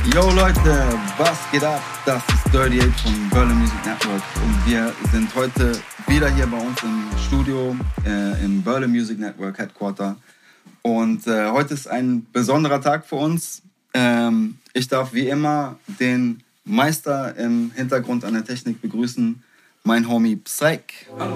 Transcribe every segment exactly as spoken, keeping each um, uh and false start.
Yo Leute, was geht ab? Das ist Dirty Ape von Berlin Music Network und wir sind heute wieder hier bei uns im Studio äh, im Berlin Music Network Headquarter und äh, heute ist ein besonderer Tag für uns. Ähm, ich darf wie immer den Meister im Hintergrund an der Technik begrüßen, mein Homie Psych. Hallo.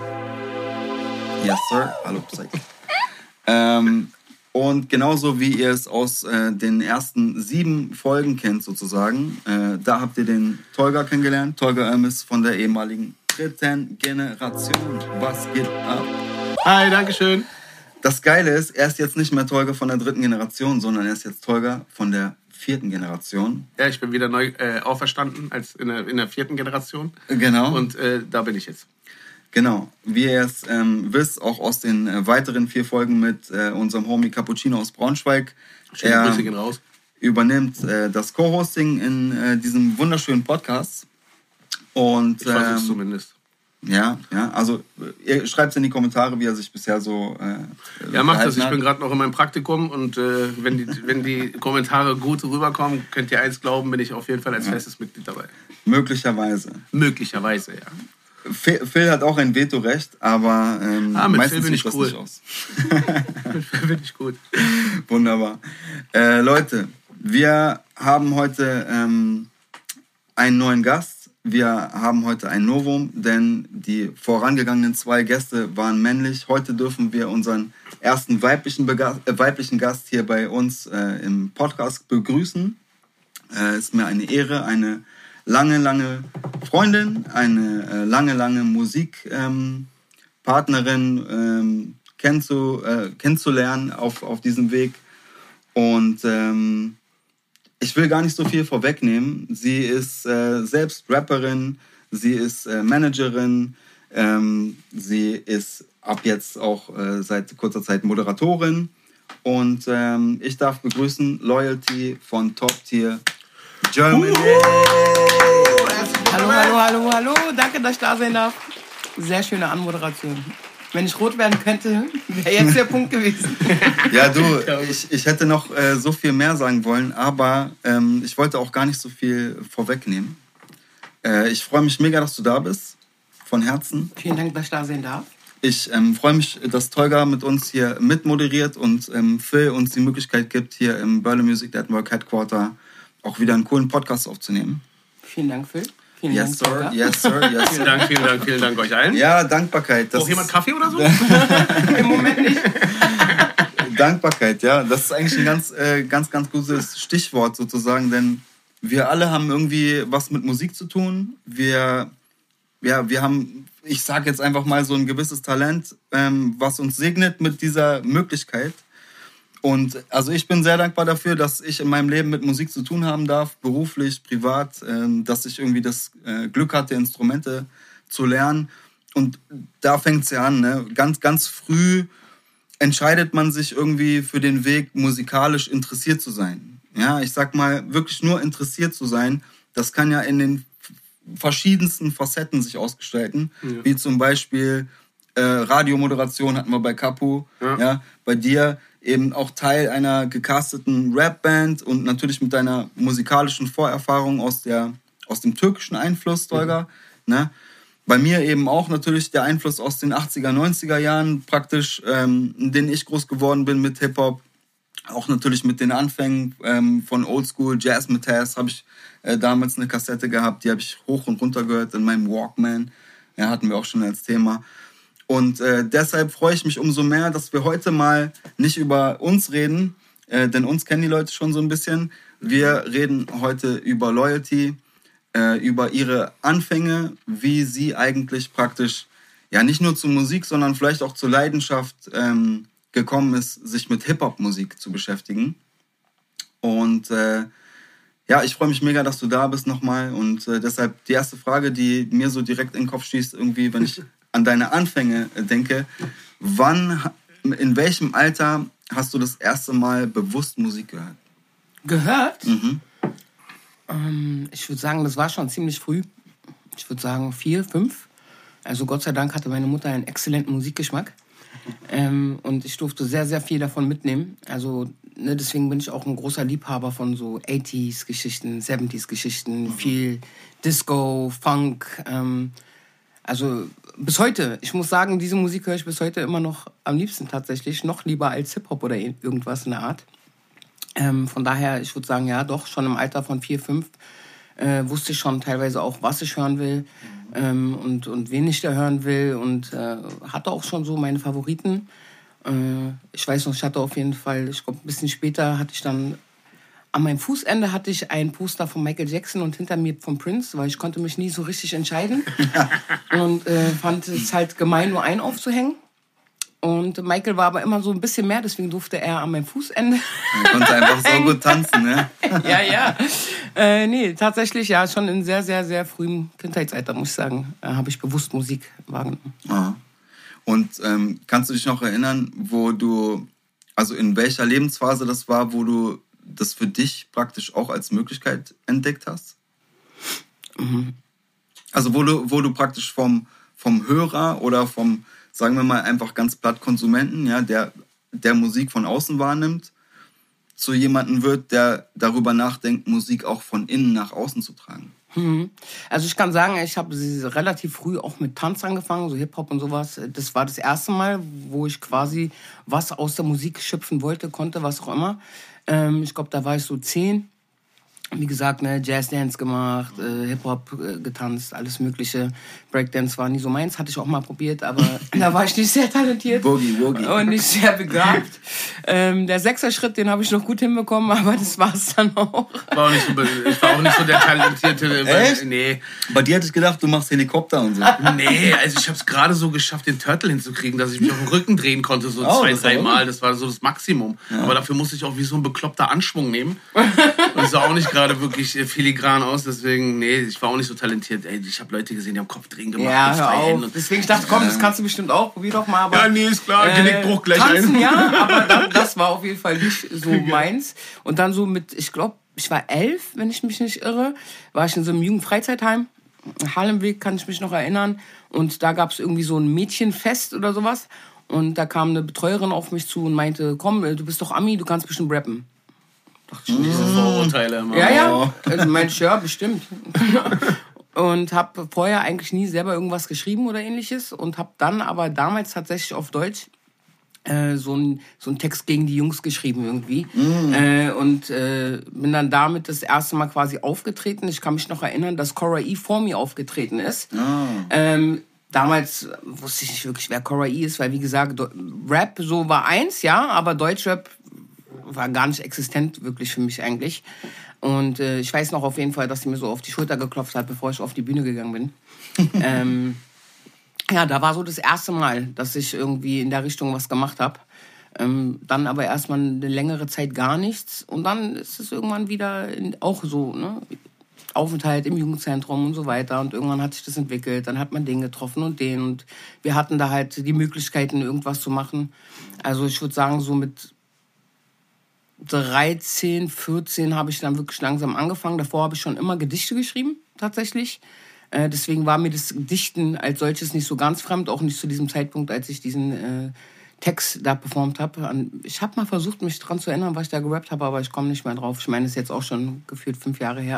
Yes, sir. Hallo, Psych. ähm, Und genauso wie ihr es aus äh, den ersten sieben Folgen kennt sozusagen, äh, da habt ihr den Tolga kennengelernt. Tolga Irmis von der ehemaligen dritten Generation. Was geht ab? Hi, dankeschön. Das Geile ist, er ist jetzt nicht mehr Tolga von der dritten Generation, sondern er ist jetzt Tolga von der vierten Generation. Ja, ich bin wieder neu äh, auferstanden als in der, in der vierten Generation. Genau. Und äh, da bin ich jetzt. Genau, wie ihr es ähm, wisst, auch aus den äh, weiteren vier Folgen mit äh, unserem Homie Cappuccino aus Braunschweig. Schöne er Grüße gehen raus. Übernimmt äh, das Co-Hosting in äh, diesem wunderschönen Podcast. Und, ich versuch's ähm, zumindest. Ja, ja, also ihr schreibt in die Kommentare, wie er sich bisher so äh, Ja, macht das. Ich hat. bin gerade noch in meinem Praktikum und äh, wenn, die, wenn die Kommentare gut rüberkommen, könnt ihr eins glauben, bin ich auf jeden Fall als ja. festes Mitglied dabei. Möglicherweise. Möglicherweise, ja. Phil, Phil hat auch ein Vetorecht, aber ähm, ah, mit meistens Phil bin ich sieht das cool. nicht aus. Mit Phil bin ich gut. Wunderbar. Äh, Leute, wir haben heute ähm, einen neuen Gast. Wir haben heute ein Novum, denn die vorangegangenen zwei Gäste waren männlich. Heute dürfen wir unseren ersten weiblichen, Bega- äh, weiblichen Gast hier bei uns äh, im Podcast begrüßen. Es äh, ist mir eine Ehre, eine lange, lange Freundin, eine äh, lange, lange Musikpartnerin ähm, ähm, kennenzu, äh, kennenzulernen auf, auf diesem Weg. Und ähm, ich will gar nicht so viel vorwegnehmen. Sie ist äh, selbst Rapperin, sie ist äh, Managerin, ähm, sie ist ab jetzt auch äh, seit kurzer Zeit Moderatorin. Und ähm, ich darf begrüßen Loyalty von Top Tier Germany. Hallo, hallo, hallo, hallo. Danke, dass ich da sein darf. Sehr schöne Anmoderation. Wenn ich rot werden könnte, wäre jetzt der Punkt gewesen. Ja, du, ich, ich hätte noch äh, so viel mehr sagen wollen, aber ähm, ich wollte auch gar nicht so viel vorwegnehmen. Äh, ich freue mich mega, dass du da bist. Von Herzen. Vielen Dank, dass ich da sein darf. Ich ähm, freue mich, dass Tolga mit uns hier mitmoderiert und ähm, Phil uns die Möglichkeit gibt, hier im Berlin Music Network Headquarter auch wieder einen coolen Podcast aufzunehmen. Vielen Dank, Phil. Vielen yes, Dank, sir. Yes, sir. Yes, vielen Dank, vielen Dank, vielen Dank euch allen. Ja, Dankbarkeit. Braucht jemand Kaffee oder so? Im Moment nicht. Dankbarkeit, ja. Das ist eigentlich ein ganz, äh, ganz, ganz gutes Stichwort sozusagen, denn wir alle haben irgendwie was mit Musik zu tun. Wir, ja, wir haben, ich sage jetzt einfach mal, so ein gewisses Talent, ähm, was uns segnet mit dieser Möglichkeit. Und also ich bin sehr dankbar dafür, dass ich in meinem Leben mit Musik zu tun haben darf, beruflich, privat, äh, dass ich irgendwie das äh, Glück hatte, Instrumente zu lernen. Und da fängt es ja an, ne? Ganz, ganz früh entscheidet man sich irgendwie für den Weg, musikalisch interessiert zu sein. Ja, ich sag mal, wirklich nur interessiert zu sein, das kann ja in den verschiedensten Facetten sich ausgestalten, ja. Wie zum Beispiel äh, Radiomoderation hatten wir bei Capu, ja. Ja, bei dir eben auch Teil einer gecasteten Rapband und natürlich mit deiner musikalischen Vorerfahrung aus, der, aus dem türkischen Einfluss, Tolga. Mhm. Ne? Bei mir eben auch natürlich der Einfluss aus den achtziger, neunziger Jahren praktisch, ähm, in denen ich groß geworden bin mit Hip-Hop. Auch natürlich mit den Anfängen ähm, von Oldschool, Jazz mit Taz habe ich äh, damals eine Kassette gehabt, die habe ich hoch und runter gehört in meinem Walkman. Ja, hatten wir auch schon als Thema. Und äh, deshalb freue ich mich umso mehr, dass wir heute mal nicht über uns reden, äh, denn uns kennen die Leute schon so ein bisschen. Wir reden heute über Loyalty, äh, über ihre Anfänge, wie sie eigentlich praktisch, ja nicht nur zur Musik, sondern vielleicht auch zur Leidenschaft ähm, gekommen ist, sich mit Hip-Hop-Musik zu beschäftigen. Und äh, ja, ich freue mich mega, dass du da bist nochmal. Und äh, deshalb die erste Frage, die mir so direkt in den Kopf schießt, irgendwie, wenn ich an deine Anfänge denke. Wann, in welchem Alter hast du das erste Mal bewusst Musik gehört? Gehört? Mhm. Ähm, ich würde sagen, das war schon ziemlich früh. Ich würde sagen vier, fünf. Also Gott sei Dank hatte meine Mutter einen exzellenten Musikgeschmack. Ähm, und ich durfte sehr, sehr viel davon mitnehmen. Also ne, deswegen bin ich auch ein großer Liebhaber von so achtziger-Geschichten, siebziger-Geschichten, mhm. viel Disco, Funk. Ähm, also bis heute, ich muss sagen, diese Musik höre ich bis heute immer noch am liebsten tatsächlich, noch lieber als Hip-Hop oder irgendwas in der Art. Ähm, von daher, ich würde sagen, ja doch, schon im Alter von vier, fünf äh, wusste ich schon teilweise auch, was ich hören will mhm. ähm, und, und wen ich da hören will und äh, hatte auch schon so meine Favoriten. Äh, ich weiß noch, ich hatte auf jeden Fall, ich glaube, ein bisschen später hatte ich dann, an meinem Fußende hatte ich ein Poster von Michael Jackson und hinter mir von Prince, weil ich konnte mich nie so richtig entscheiden und äh, fand es halt gemein, nur einen aufzuhängen. Und Michael war aber immer so ein bisschen mehr, deswegen durfte er an meinem Fußende. Er konnte einfach so gut tanzen, ne? ja, ja. Äh, nee, tatsächlich, ja, schon in sehr, sehr, sehr frühem Kindheitsalter, muss ich sagen, äh, habe ich bewusst Musik wahrgenommen. Aha. Und ähm, kannst du dich noch erinnern, wo du, also in welcher Lebensphase das war, wo du das für dich praktisch auch als Möglichkeit entdeckt hast? Mhm. Also wo du, wo du praktisch vom, vom Hörer oder vom, sagen wir mal, einfach ganz platt Konsumenten, ja, der, der Musik von außen wahrnimmt, zu jemandem wird, der darüber nachdenkt, Musik auch von innen nach außen zu tragen. Mhm. Also ich kann sagen, ich habe relativ früh auch mit Tanz angefangen, so Hip-Hop und sowas. Das war das erste Mal, wo ich quasi was aus der Musik schöpfen wollte, konnte, was auch immer. Ähm, ich glaube, da war ich so zehn. Wie gesagt, ne, Jazzdance gemacht, äh, Hip-Hop äh, getanzt, alles mögliche. Breakdance war nie so meins, hatte ich auch mal probiert, aber da war ich nicht sehr talentiert. Boogie, Woogie. Und nicht sehr begabt. ähm, der Sechser-Schritt, den habe ich noch gut hinbekommen, aber das war es dann auch. War auch nicht so, ich war auch nicht so der talentierte. Echt? Nee. Bei dir hätte ich gedacht, du machst Helikopter und so. Nee, also ich habe es gerade so geschafft, den Turtle hinzukriegen, dass ich mich auf den Rücken drehen konnte, so oh, zwei, drei Mal. Das war so das Maximum. Ja. Aber dafür musste ich auch wie so ein bekloppter Anschwung nehmen. Und das sah auch nicht gerade wirklich filigran aus, deswegen, nee, ich war auch nicht so talentiert. Ey, ich habe Leute gesehen, die haben Kopfdrehen gemacht. Ja, hör auf. Und deswegen ich dachte, komm, das kannst du bestimmt auch, probier doch mal. Aber, ja, nee, ist klar, äh, Genickbruch gleich tanzen, ein. Ja, aber dann, das war auf jeden Fall nicht so meins. Und dann so mit, ich glaube, ich war elf, wenn ich mich nicht irre, war ich in so einem Jugendfreizeitheim. Harlemweg, kann ich mich noch erinnern. Und da gab es irgendwie so ein Mädchenfest oder sowas. Und da kam eine Betreuerin auf mich zu und meinte, komm, du bist doch Ami, du kannst bestimmt rappen. Dachte ich, diese Vorurteile immer. Ja, ja. Also Mensch, ja, bestimmt. Und habe vorher eigentlich nie selber irgendwas geschrieben oder ähnliches. Und habe dann aber damals tatsächlich auf Deutsch äh, so einen so einen Text gegen die Jungs geschrieben irgendwie. Mm. Äh, und äh, bin dann damit das erste Mal quasi aufgetreten. Ich kann mich noch erinnern, dass Cora E vor mir aufgetreten ist. Oh. Ähm, Damals wusste ich nicht wirklich, wer Cora E ist, weil wie gesagt, Rap so war eins, ja, aber Deutschrap war gar nicht existent wirklich für mich eigentlich. Und äh, ich weiß noch auf jeden Fall, dass sie mir so auf die Schulter geklopft hat, bevor ich auf die Bühne gegangen bin. ähm, ja, da war so das erste Mal, dass ich irgendwie in der Richtung was gemacht habe. Ähm, dann aber erstmal eine längere Zeit gar nichts. Und dann ist es irgendwann wieder in, auch so, ne? Aufenthalt im Jugendzentrum und so weiter. Und irgendwann hat sich das entwickelt. Dann hat man den getroffen und den. Und wir hatten da halt die Möglichkeiten, irgendwas zu machen. Also ich würde sagen, so mit dreizehn, vierzehn habe ich dann wirklich langsam angefangen. Davor habe ich schon immer Gedichte geschrieben, tatsächlich. Äh, deswegen war mir das Dichten als solches nicht so ganz fremd, auch nicht zu diesem Zeitpunkt, als ich diesen äh, Text da performt habe. Ich habe mal versucht, mich daran zu erinnern, was ich da gerappt habe, aber ich komme nicht mehr drauf. Ich meine, das ist jetzt auch schon gefühlt fünf Jahre her.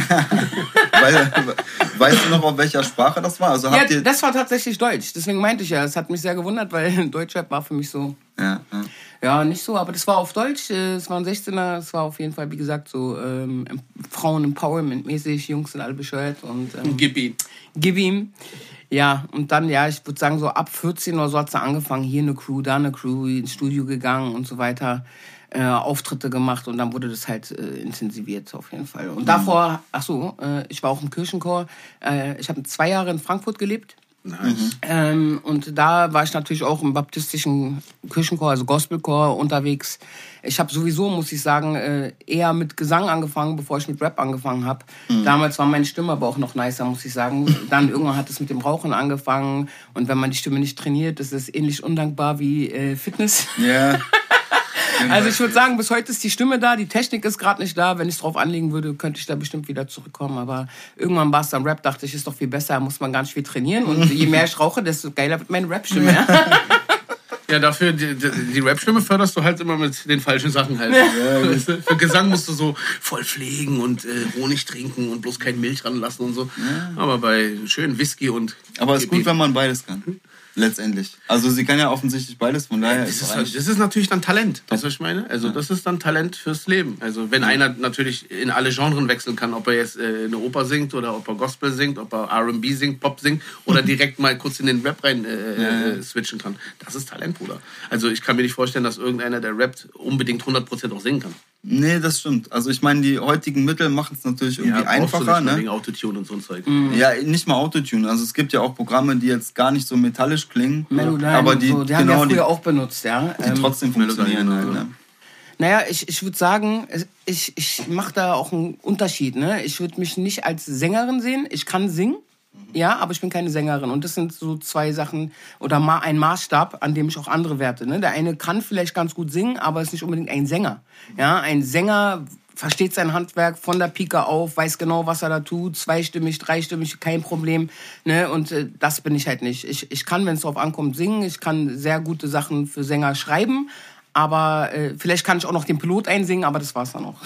Weißt du noch, auf welcher Sprache das war? Also habt ja, ihr das war tatsächlich Deutsch. Deswegen meinte ich ja, es hat mich sehr gewundert, weil Deutschrap war für mich so... Ja, ja. Ja, nicht so, aber das war auf Deutsch. Es war ein sechzehner, es war auf jeden Fall, wie gesagt, so ähm, Frauen-Empowerment-mäßig. Jungs sind alle bescheuert. Und, ähm, Gib ihm. Gib ihm. Ja, und dann, ja, ich würde sagen, so ab vierzehn oder so hat es angefangen. Hier eine Crew, da eine Crew, ins Studio gegangen und so weiter. Äh, Auftritte gemacht und dann wurde das halt äh, intensiviert auf jeden Fall. Und mhm. davor, ach so, äh, ich war auch im Kirchenchor. Äh, ich habe zwei Jahre in Frankfurt gelebt. Nice. Ähm, und da war ich natürlich auch im baptistischen Kirchenchor, also Gospelchor unterwegs. Ich habe sowieso, muss ich sagen, äh, eher mit Gesang angefangen, bevor ich mit Rap angefangen habe. Mhm. Damals war meine Stimme aber auch noch nicer, muss ich sagen. Dann irgendwann hat es mit dem Rauchen angefangen. Und wenn man die Stimme nicht trainiert, ist es ähnlich undankbar wie äh, Fitness. Ja. Yeah. Also ich würde sagen, bis heute ist die Stimme da, die Technik ist gerade nicht da. Wenn ich es drauf anlegen würde, könnte ich da bestimmt wieder zurückkommen. Aber irgendwann war es dann Rap, dachte ich, ist doch viel besser, muss man gar nicht viel trainieren. Und je mehr ich rauche, desto geiler wird meine Rap-Stimme. Ja, dafür, die, die Rap-Stimme förderst du halt immer mit den falschen Sachen halt. Ja, weißt du? Für Gesang musst du so voll pflegen und äh, Honig trinken und bloß kein Milch ranlassen und so. Ja. Aber bei schön Whisky und... Aber es ist gut, wenn man beides kann. Letztendlich. Also sie kann ja offensichtlich beides, von daher... Das ist, das ist natürlich dann Talent, weißt du, was ich meine? Also das ist dann Talent fürs Leben. Also wenn einer natürlich in alle Genren wechseln kann, ob er jetzt äh, eine Oper singt oder ob er Gospel singt, ob er R and B singt, Pop singt oder direkt mal kurz in den Rap rein äh, ja. switchen kann. Das ist Talent, Bruder. Also ich kann mir nicht vorstellen, dass irgendeiner, der rappt, unbedingt hundert Prozent auch singen kann. Nee, das stimmt. Also ich meine, die heutigen Mittel machen es natürlich irgendwie ja, einfacher. Du nicht ne? Wegen Autotune und so ein Zeug. Mhm. Ja, nicht mal Autotune. Also es gibt ja auch Programme, die jetzt gar nicht so metallisch klingen. Melodyne aber die, so. die haben genau, ja früher die, auch benutzt, ja. Die ähm, trotzdem funktionieren halt, ne? Naja, ich, ich würde sagen, ich, ich mache da auch einen Unterschied. Ne? Ich würde mich nicht als Sängerin sehen. Ich kann singen, ja, aber ich bin keine Sängerin. Und das sind so zwei Sachen oder ma- ein Maßstab, an dem ich auch andere werte. Ne? Der eine kann vielleicht ganz gut singen, aber ist nicht unbedingt ein Sänger. Ja, ein Sänger versteht sein Handwerk von der Pike auf, weiß genau, was er da tut, zweistimmig, dreistimmig, kein Problem. Ne? Und äh, das bin ich halt nicht. Ich, ich kann, wenn es drauf ankommt, singen. Ich kann sehr gute Sachen für Sänger schreiben. Aber äh, vielleicht kann ich auch noch den Pilot einsingen, aber das war's dann auch.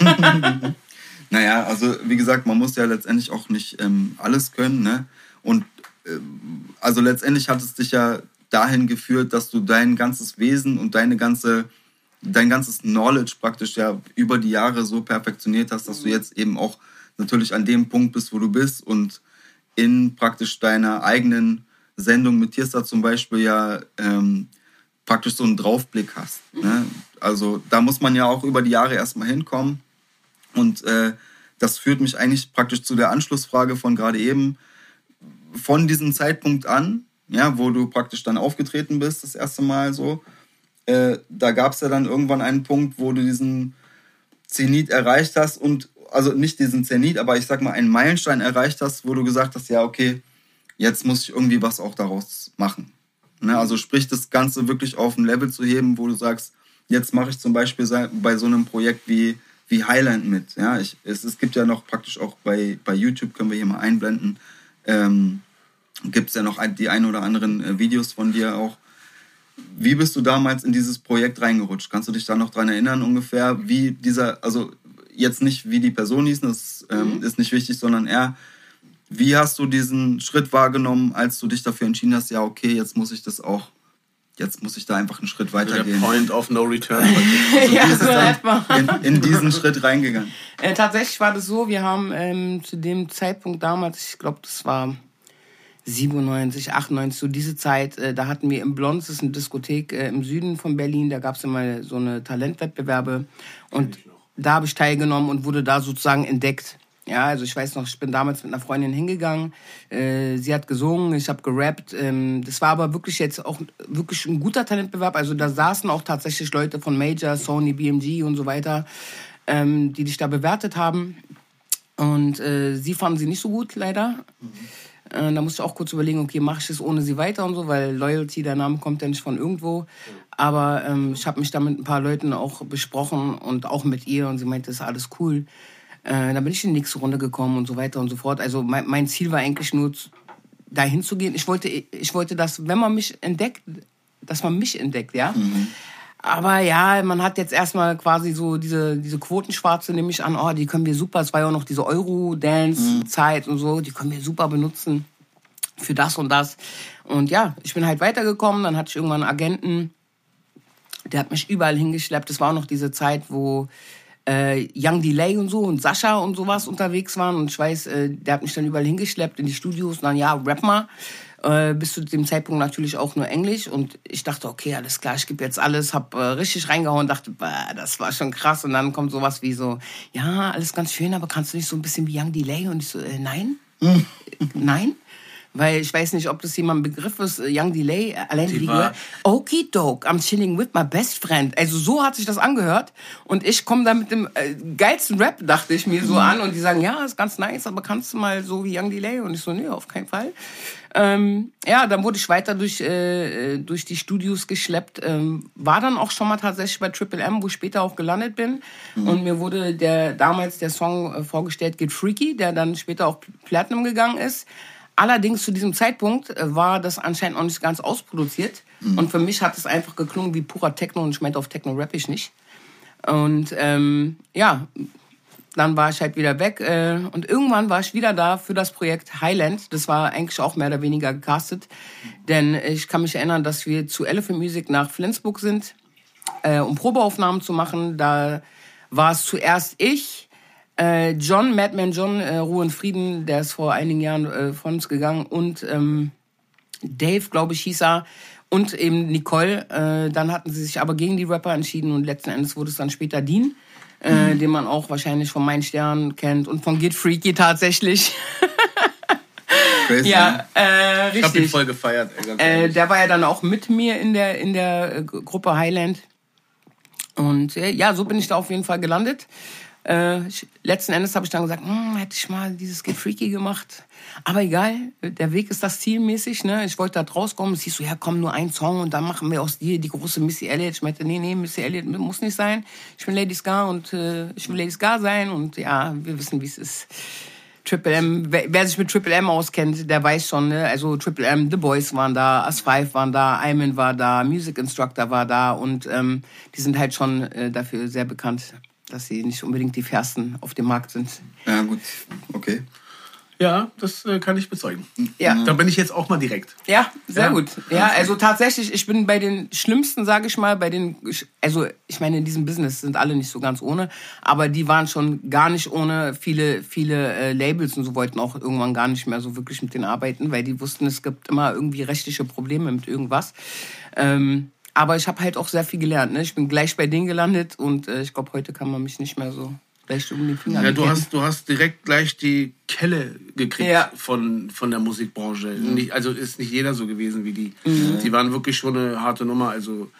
Naja, also wie gesagt, man muss ja letztendlich auch nicht ähm, alles können. Ne? Und ähm, also letztendlich hat es dich ja dahin geführt, dass du dein ganzes Wesen und deine ganze, dein ganzes Knowledge praktisch ja über die Jahre so perfektioniert hast, dass du jetzt eben auch natürlich an dem Punkt bist, wo du bist und in praktisch deiner eigenen Sendung mit Tierstar zum Beispiel ja ähm, praktisch so einen Draufblick hast. Ne? Also da muss man ja auch über die Jahre erstmal hinkommen. Und äh, das führt mich eigentlich praktisch zu der Anschlussfrage von gerade eben. Von diesem Zeitpunkt an, ja, wo du praktisch dann aufgetreten bist, das erste Mal so, äh, da gab es ja dann irgendwann einen Punkt, wo du diesen Zenit erreicht hast und, also nicht diesen Zenit, aber ich sag mal einen Meilenstein erreicht hast, wo du gesagt hast, ja okay, jetzt muss ich irgendwie was auch daraus machen. Ne, also sprich, das Ganze wirklich auf ein Level zu heben, wo du sagst, jetzt mache ich zum Beispiel bei so einem Projekt wie, wie Highland mit. Ja, ich, es, es gibt ja noch praktisch auch bei, bei YouTube, können wir hier mal einblenden, ähm, gibt es ja noch die ein oder anderen äh, Videos von dir auch. Wie bist du damals in dieses Projekt reingerutscht? Kannst du dich da noch dran erinnern ungefähr, wie dieser, also jetzt nicht wie die Person hieß, das ähm, mhm. ist nicht wichtig, sondern eher, wie hast du diesen Schritt wahrgenommen, als du dich dafür entschieden hast, ja okay, jetzt muss ich das auch, jetzt muss ich da einfach einen Schritt weitergehen. Also der Point of No Return. Also ja, so etwa. In, in diesen Schritt reingegangen. Äh, tatsächlich war das so, wir haben ähm, zu dem Zeitpunkt damals, ich glaube, das war siebenundneunzig, achtundneunzig, so diese Zeit, äh, da hatten wir im Blondes, das ist eine Diskothek äh, im Süden von Berlin, da gab es immer so eine Talentwettbewerbe und da habe ich teilgenommen und wurde da sozusagen entdeckt. Ja, also ich weiß noch, ich bin damals mit einer Freundin hingegangen, äh, sie hat gesungen, ich habe gerappt. Ähm, das war aber wirklich jetzt auch wirklich ein guter Talentbewerb. Also da saßen auch tatsächlich Leute von Major, Sony, B M G und so weiter, ähm, die dich da bewertet haben. Und äh, sie fanden sie nicht so gut, leider. Mhm. Äh, da musste ich auch kurz überlegen, okay, mache ich es ohne sie weiter und so, weil Loyalty, der Name kommt ja nicht von irgendwo. Aber ähm, ich habe mich da mit ein paar Leuten auch besprochen und auch mit ihr und sie meinte, das ist alles cool. Äh, dann bin ich in die nächste Runde gekommen und so weiter und so fort. Also mein, mein Ziel war eigentlich nur, dahin zu gehen. Ich wollte, ich wollte, dass, wenn man mich entdeckt, dass man mich entdeckt, ja. Mhm. Aber ja, man hat jetzt erstmal quasi so diese, diese Quotenschwarze, nehme ich an, oh, die können wir super, es war ja auch noch diese Euro-Dance-Zeit mhm. und so, die können wir super benutzen für das und das. Und ja, ich bin halt weitergekommen, dann hatte ich irgendwann einen Agenten, der hat mich überall hingeschleppt. Das war auch noch diese Zeit, wo Äh, Young Delay und so und Sascha und sowas unterwegs waren. Und ich weiß, äh, der hat mich dann überall hingeschleppt in die Studios und dann, ja, rap mal. Äh, bis zu dem Zeitpunkt natürlich auch nur Englisch. Und ich dachte, okay, alles klar, ich gebe jetzt alles. Hab äh, richtig reingehauen, dachte, bah, das war schon krass. Und dann kommt sowas wie so, ja, alles ganz schön, aber kannst du nicht so ein bisschen wie Young Delay? Und ich so, äh, nein, nein. Weil ich weiß nicht, ob das jemand ein Begriff ist, Young Delay, allein die gehört. Okidoke, I'm chilling with my best friend. Also so hat sich das angehört. Und ich komme da mit dem äh, geilsten Rap, dachte ich mir so an. Und die sagen, ja, ist ganz nice, aber kannst du mal so wie Young Delay? Und ich so, nee, auf keinen Fall. Ähm, ja, dann wurde ich weiter durch, äh, durch die Studios geschleppt. Ähm, war dann auch schon mal tatsächlich bei Triple M, wo ich später auch gelandet bin. Mhm. Und mir wurde der damals der Song äh, vorgestellt, Get Freaky, der dann später auch Platinum gegangen ist. Allerdings zu diesem Zeitpunkt war das anscheinend noch nicht ganz ausproduziert. Mhm. Und für mich hat es einfach geklungen wie purer Techno und ich meinte, auf Techno rapp ich nicht. Und ähm, ja, dann war ich halt wieder weg. Äh, und irgendwann war ich wieder da für das Projekt Highland. Das war eigentlich auch mehr oder weniger gecastet. Denn ich kann mich erinnern, dass wir zu Elephant Music nach Flensburg sind, äh, um Probeaufnahmen zu machen. Da war es zuerst ich, äh, John, Madman John, äh, Ruhe und Frieden, der ist vor einigen Jahren äh, von uns gegangen. Und ähm, Dave, glaube ich, hieß er. Und eben Nicole, äh, dann hatten sie sich aber gegen die Rapper entschieden und letzten Endes wurde es dann später Dean, äh, mhm. den man auch wahrscheinlich von Mein Stern kennt und von Get Freaky tatsächlich. Crazy. Ja, äh, richtig. Ich hab ihn voll gefeiert. Ey, ganz äh, der war ja dann auch mit mir in der in der äh, Gruppe Highland und äh, ja, so bin ich da auf jeden Fall gelandet. Äh, ich, letzten Endes habe ich dann gesagt, hm, hätte ich mal dieses Get Freaky gemacht. Aber egal, der Weg ist das Ziel mäßig. Ne? Ich wollte da rauskommen. Es hieß so, ja komm, nur ein Song und dann machen wir aus dir die große Missy Elliott. Ich meinte, nee, nee, Missy Elliott muss nicht sein. Ich bin Lady Ska und äh, ich will Lady Ska sein. Und ja, wir wissen, wie es ist. Triple M, wer, wer sich mit Triple M auskennt, der weiß schon, ne? Also Triple M, The Boys waren da, As Five waren da, Iman war da, Music Instructor war da und ähm, die sind halt schon äh, dafür sehr bekannt, dass sie nicht unbedingt die fairsten auf dem Markt sind. Ja, gut, okay. Ja, das äh, kann ich bezeugen. Ja. Da bin ich jetzt auch mal direkt. Ja, sehr Ja. gut. Ja, also tatsächlich, ich bin bei den Schlimmsten, sage ich mal, bei den, also ich meine, in diesem Business sind alle nicht so ganz ohne, aber die waren schon gar nicht ohne. Viele, viele äh, Labels und so wollten auch irgendwann gar nicht mehr so wirklich mit denen arbeiten, weil die wussten, es gibt immer irgendwie rechtliche Probleme mit irgendwas. Ähm, aber ich habe halt auch sehr viel gelernt. Ne? Ich bin gleich bei denen gelandet und äh, ich glaube, heute kann man mich nicht mehr so leicht um den Finger Ja, du kennen. hast, du hast direkt gleich die Kelle gekriegt Ja. von, von der Musikbranche. Mhm. Nicht, also ist nicht jeder so gewesen wie die. Mhm. Die waren wirklich schon eine harte Nummer. Also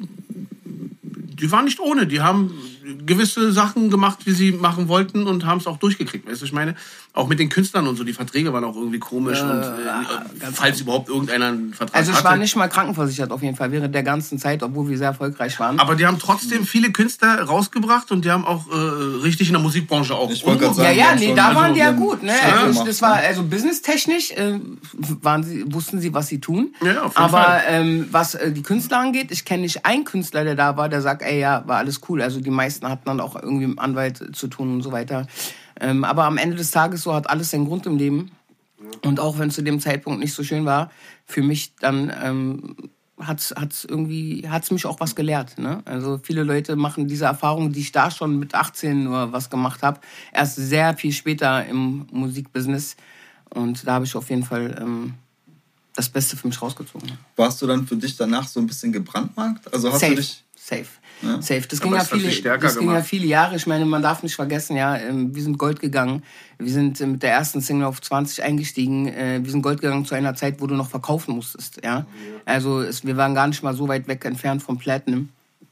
die waren nicht ohne. Die haben gewisse Sachen gemacht, wie sie machen wollten und haben es auch durchgekriegt. Weißt du, ich meine, auch mit den Künstlern und so, die Verträge waren auch irgendwie komisch. Äh, und äh, falls überhaupt irgendeiner einen Vertrag Also ich hatte. war nicht mal krankenversichert auf jeden Fall während der ganzen Zeit, obwohl wir sehr erfolgreich waren. Aber die haben trotzdem viele Künstler rausgebracht und die haben auch äh, richtig in der Musikbranche auch. Ich wollte gerade Ja, sagen, ja, die haben nee, schon- da also, waren die ja die haben gut, ne? stark Also, gemacht, das war, ne? also businesstechnisch äh, waren sie, wussten sie, was sie tun. Ja, auf jeden Aber Fall. ähm, was äh, die Künstler angeht, ich kenne nicht einen Künstler, der da war, der sagt, ey, ja, war alles cool. Also die meisten hatten dann auch irgendwie mit dem Anwalt zu tun und so weiter. Ähm, aber am Ende des Tages, so hat alles seinen Grund im Leben. Und auch wenn es zu dem Zeitpunkt nicht so schön war, für mich dann ähm, hat's hat's irgendwie hat's mich auch was gelehrt. Ne? Also viele Leute machen diese Erfahrung, die ich da schon mit achtzehn nur was gemacht habe, erst sehr viel später im Musikbusiness. Und da habe ich auf jeden Fall ähm, das Beste für mich rausgezogen. Warst du dann für dich danach so ein bisschen gebrandmarkt? Also hast Safe, du dich... safe. Ja. Safe. Das ging, Aber ja das hat viele, dich stärker das ging ja gemacht. viele Jahre. Ich meine, man darf nicht vergessen, ja, ähm, wir sind Gold gegangen. Wir sind äh, mit der ersten Single auf zwanzig eingestiegen. Äh, Wir sind Gold gegangen zu einer Zeit, wo du noch verkaufen musstest. Ja? Also es, wir waren gar nicht mal so weit weg entfernt vom Platinum.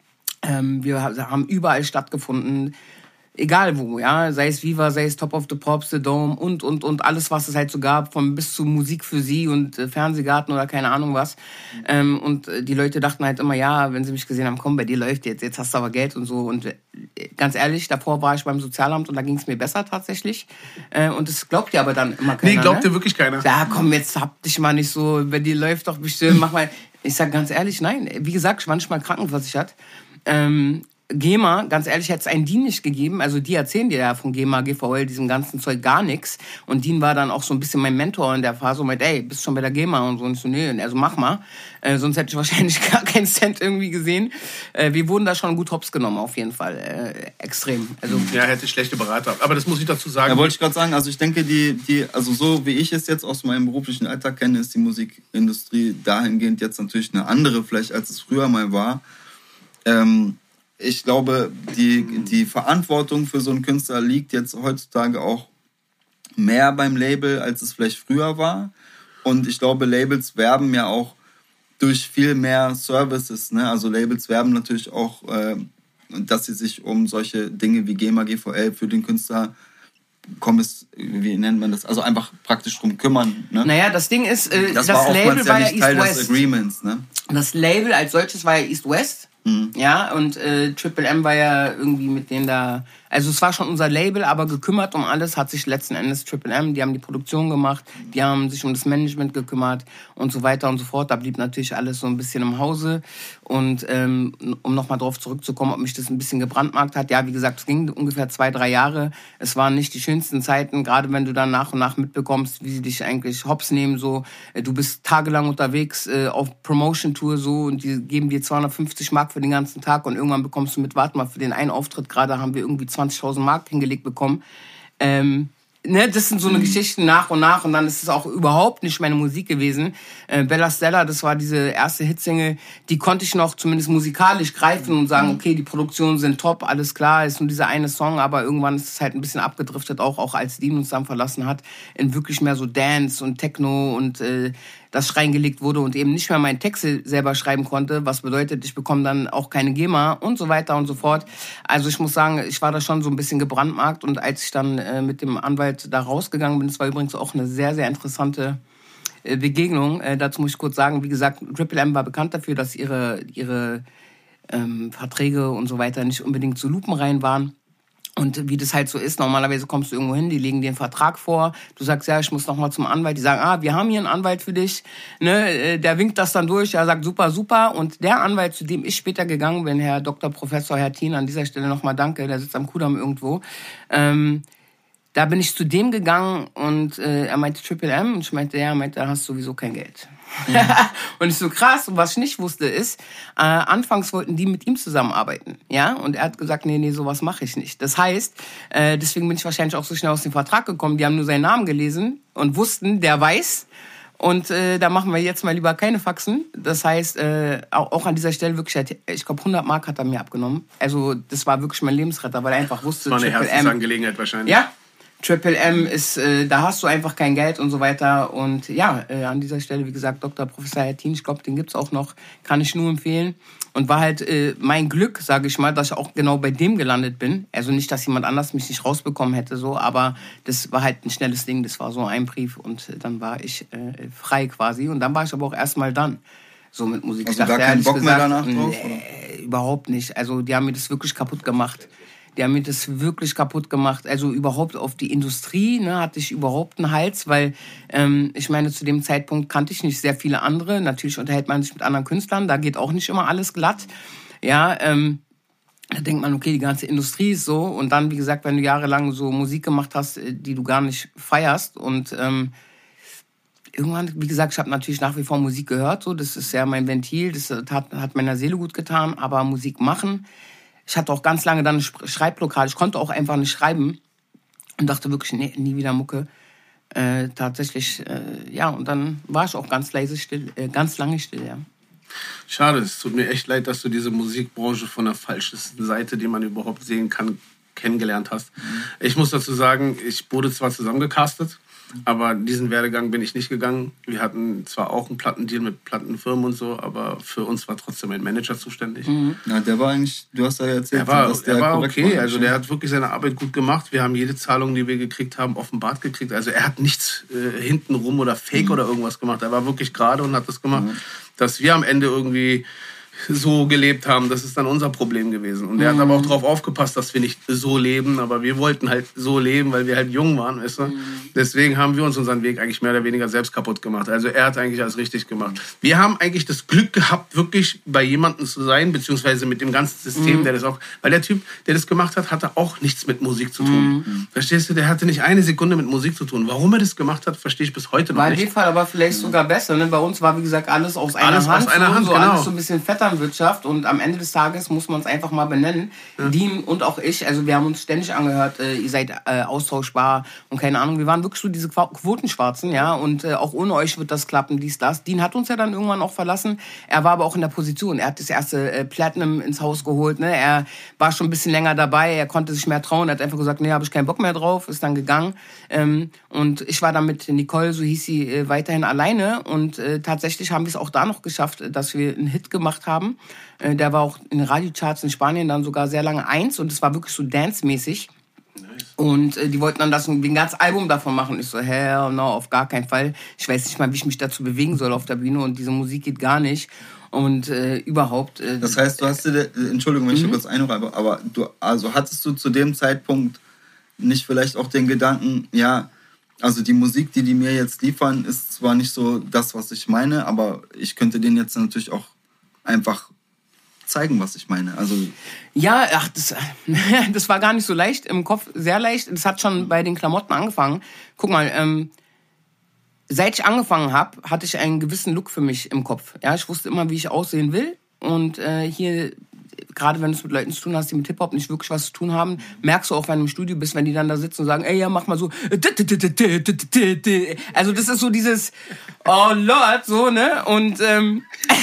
Ähm, Wir ha- haben überall stattgefunden. Egal wo, ja, sei es Viva, sei es Top of the Pops, The Dome und, und, und alles, was es halt so gab, von bis zu Musik für sie und äh, Fernsehgarten oder keine Ahnung was. Ähm, und äh, die Leute dachten halt immer, ja, wenn sie mich gesehen haben, komm, bei dir läuft jetzt, jetzt hast du aber Geld und so. Und äh, ganz ehrlich, davor war ich beim Sozialamt und da ging es mir besser tatsächlich. Äh, und das glaubt dir aber dann immer keiner. Nee, glaubt ne? dir wirklich keiner. Ja, komm, jetzt hab dich mal nicht so, bei dir läuft doch bestimmt, mach mal. Ich sag ganz ehrlich, nein. Wie gesagt, ich war nicht mal krankenversichert. Ähm, GEMA, ganz ehrlich, hätte es einen Dean nicht gegeben. Also die erzählen dir ja von GEMA, G V L, diesem ganzen Zeug gar nichts. Und Dean war dann auch so ein bisschen mein Mentor in der Phase und meinte, ey, bist schon bei der GEMA und so. Und ich so, nee, also mach mal. Äh, sonst hätte ich wahrscheinlich gar keinen Cent irgendwie gesehen. Äh, wir wurden da schon gut hops genommen, auf jeden Fall. Äh, extrem. Also Ja, hätte ich schlechte Berater. Aber das muss ich dazu sagen. Ja, wollte ich gerade sagen, also ich denke, die, die, also so wie ich es jetzt aus meinem beruflichen Alltag kenne, ist die Musikindustrie dahingehend jetzt natürlich eine andere, vielleicht als es früher mal war. Ähm, ich glaube, die, die Verantwortung für so einen Künstler liegt jetzt heutzutage auch mehr beim Label, als es vielleicht früher war. Und ich glaube, Labels werben ja auch durch viel mehr Services. Ne? Also Labels werben natürlich auch, äh, dass sie sich um solche Dinge wie GEMA, G V L für den Künstler Kommiss, wie nennt man das? Also einfach praktisch drum kümmern. Ne? naja, das Ding ist, äh, Das, das, war Label oftmals war ja ja nicht Teil des East-West. Agreements. Ne? Das Label als solches war ja East-West. Mhm. Ja, und äh, Triple M war ja irgendwie mit denen da Also es war schon unser Label, aber gekümmert um alles hat sich letzten Endes Triple M. Die haben die Produktion gemacht, die haben sich um das Management gekümmert und so weiter und so fort. Da blieb natürlich alles so ein bisschen im Hause. Und ähm, um nochmal drauf zurückzukommen, ob mich das ein bisschen gebrandmarkt hat. Ja, wie gesagt, es ging ungefähr zwei, drei Jahre. Es waren nicht die schönsten Zeiten, gerade wenn du dann nach und nach mitbekommst, wie sie dich eigentlich hops nehmen. So, du bist tagelang unterwegs äh, auf Promotion-Tour so und die geben dir zweihundertfünfzig Mark für den ganzen Tag und irgendwann bekommst du mit, warte mal, für den einen Auftritt gerade haben wir irgendwie zwanzigtausend Mark hingelegt bekommen. Ähm, ne, das sind so eine mhm. Geschichten nach und nach und dann ist es auch überhaupt nicht meine Musik gewesen. Äh, Bella Stella, das war diese erste Hitsingle, die konnte ich noch zumindest musikalisch greifen und sagen, okay, die Produktionen sind top, alles klar, ist nur dieser eine Song, aber irgendwann ist es halt ein bisschen abgedriftet, auch, auch als Dean uns dann verlassen hat, in wirklich mehr so Dance und Techno und äh, das reingelegt wurde und eben nicht mehr meinen Text selber schreiben konnte, was bedeutet, ich bekomme dann auch keine GEMA und so weiter und so fort. Also ich muss sagen, ich war da schon so ein bisschen gebrandmarkt und als ich dann äh, mit dem Anwalt da rausgegangen bin, das war übrigens auch eine sehr, sehr interessante äh, Begegnung. Äh, dazu muss ich kurz sagen, wie gesagt, Triple M war bekannt dafür, dass ihre, ihre ähm, Verträge und so weiter nicht unbedingt so lupenrein waren. Und wie das halt so ist, normalerweise kommst du irgendwo hin, die legen dir einen Vertrag vor, du sagst, ja, ich muss noch mal zum Anwalt, die sagen, ah, wir haben hier einen Anwalt für dich, ne, der winkt das dann durch, er sagt, super, super. Und der Anwalt, zu dem ich später gegangen bin, Herr Doktor Professor Herr Thien, an dieser Stelle nochmal danke, der sitzt am Kudamm irgendwo, ähm, da bin ich zu dem gegangen und äh, er meinte Triple M und ich meinte, ja, er meinte, da hast du sowieso kein Geld. Mhm. Und ich so krass, und was ich nicht wusste ist, äh, anfangs wollten die mit ihm zusammenarbeiten, ja, und er hat gesagt, nee, nee, sowas mache ich nicht. Das heißt, äh, deswegen bin ich wahrscheinlich auch so schnell aus dem Vertrag gekommen, die haben nur seinen Namen gelesen und wussten, der weiß und äh, da machen wir jetzt mal lieber keine Faxen. Das heißt, äh, auch, auch an dieser Stelle wirklich, ich glaube hundert Mark hat er mir abgenommen, also das war wirklich mein Lebensretter, weil er einfach wusste, das war eine Herzensangelegenheit wahrscheinlich. Ja. Triple M ist, äh, da hast du einfach kein Geld und so weiter. Und ja, äh, an dieser Stelle, wie gesagt, Doktor Professor Herr Thien, ich glaube, den gibt's auch noch, kann ich nur empfehlen. Und war halt äh, mein Glück, sage ich mal, dass ich auch genau bei dem gelandet bin. Also nicht, dass jemand anders mich nicht rausbekommen hätte, so, aber das war halt ein schnelles Ding. Das war so ein Brief und äh, dann war ich äh, frei quasi. Und dann war ich aber auch erstmal dann so mit Musik. Also gar keinen Bock gesagt, mehr danach drauf? Nee, überhaupt nicht. Also die haben mir das wirklich kaputt gemacht. Die haben mir das wirklich kaputt gemacht. Also überhaupt auf die Industrie ne, hatte ich überhaupt einen Hals, weil ähm, ich meine, zu dem Zeitpunkt kannte ich nicht sehr viele andere. Natürlich unterhält man sich mit anderen Künstlern, da geht auch nicht immer alles glatt. Ja, ähm, da denkt man, okay, die ganze Industrie ist so. Und dann, wie gesagt, wenn du jahrelang so Musik gemacht hast, die du gar nicht feierst und ähm, irgendwann, wie gesagt, ich habe natürlich nach wie vor Musik gehört, so das ist ja mein Ventil, das hat, hat meiner Seele gut getan, aber Musik machen. Ich hatte auch ganz lange dann eine Schreibblockade. Ich konnte auch einfach nicht schreiben und dachte wirklich, nee, nie wieder Mucke. Äh, tatsächlich, äh, ja, und dann war ich auch ganz leise still, äh, ganz lange still, ja. Schade, es tut mir echt leid, dass du diese Musikbranche von der falschesten Seite, die man überhaupt sehen kann, kennengelernt hast. Mhm. Ich muss dazu sagen, ich wurde zwar zusammengecastet, aber diesen Werdegang bin ich nicht gegangen. Wir hatten zwar auch einen Plattendeal mit Plattenfirmen und so, aber für uns war trotzdem ein Manager zuständig. Mhm. Ja, der war eigentlich, du hast ja erzählt, er war, dass der er war okay. War. Also der hat wirklich seine Arbeit gut gemacht. Wir haben jede Zahlung, die wir gekriegt haben, offenbart gekriegt. Also er hat nichts äh, hintenrum oder Fake mhm. oder irgendwas gemacht. Er war wirklich gerade und hat das gemacht, mhm. dass wir am Ende irgendwie so gelebt haben, das ist dann unser Problem gewesen. Und er mhm. hat aber auch darauf aufgepasst, dass wir nicht so leben, aber wir wollten halt so leben, weil wir halt jung waren, weißt du? Mhm. Deswegen haben wir uns unseren Weg eigentlich mehr oder weniger selbst kaputt gemacht. Also er hat eigentlich alles richtig gemacht. Wir haben eigentlich das Glück gehabt, wirklich bei jemandem zu sein, beziehungsweise mit dem ganzen System, mhm. der das auch, weil der Typ, der das gemacht hat, hatte auch nichts mit Musik zu tun. Mhm. Verstehst du? Der hatte nicht eine Sekunde mit Musik zu tun. Warum er das gemacht hat, verstehe ich bis heute noch war nicht. War in dem Fall aber vielleicht sogar besser, ne? Bei uns war, wie gesagt, alles aus einer alles Hand. Aus einer Hand, so, genau. Alles so ein bisschen fetter Wirtschaft und am Ende des Tages muss man es einfach mal benennen. Ja. Dean und auch ich, also wir haben uns ständig angehört, äh, ihr seid äh, austauschbar und keine Ahnung, wir waren wirklich so diese Quotenschwarzen, ja, und äh, auch ohne euch wird das klappen, dies, das. Dean hat uns ja dann irgendwann auch verlassen, er war aber auch in der Position, er hat das erste äh, Platinum ins Haus geholt, ne, er war schon ein bisschen länger dabei, er konnte sich mehr trauen, er hat einfach gesagt, nee, habe ich keinen Bock mehr drauf, ist dann gegangen ähm, und ich war dann mit Nicole, so hieß sie, äh, weiterhin alleine und äh, tatsächlich haben wir es auch da noch geschafft, dass wir einen Hit gemacht haben. Der war auch in den Radiocharts in Spanien dann sogar sehr lange eins und es war wirklich so dance-mäßig. Nice. Und äh, die wollten dann das ein ganzes Album davon machen. Ich so, hell no, auf gar keinen Fall. Ich weiß nicht mal, wie ich mich dazu bewegen soll auf der Bühne und diese Musik geht gar nicht. Und äh, überhaupt... Äh, das heißt, du hast dir... Entschuldigung, wenn ich mhm. kurz einräume, aber du, also hattest du zu dem Zeitpunkt nicht vielleicht auch den Gedanken, ja, also die Musik, die die mir jetzt liefern, ist zwar nicht so das, was ich meine, aber ich könnte denen jetzt natürlich auch einfach zeigen, was ich meine. Also ja, ach, das, das war gar nicht so leicht im Kopf, sehr leicht. Das hat schon bei den Klamotten angefangen. Guck mal, ähm, seit ich angefangen habe, hatte ich einen gewissen Look für mich im Kopf. Ja, ich wusste immer, wie ich aussehen will. Und äh, hier, gerade wenn du es mit Leuten zu tun hast, die mit Hip-Hop nicht wirklich was zu tun haben, merkst du auch, wenn du im Studio bist, wenn die dann da sitzen und sagen, ey, ja, mach mal so. Also das ist so dieses, oh Lord, so, ne? Und ähm,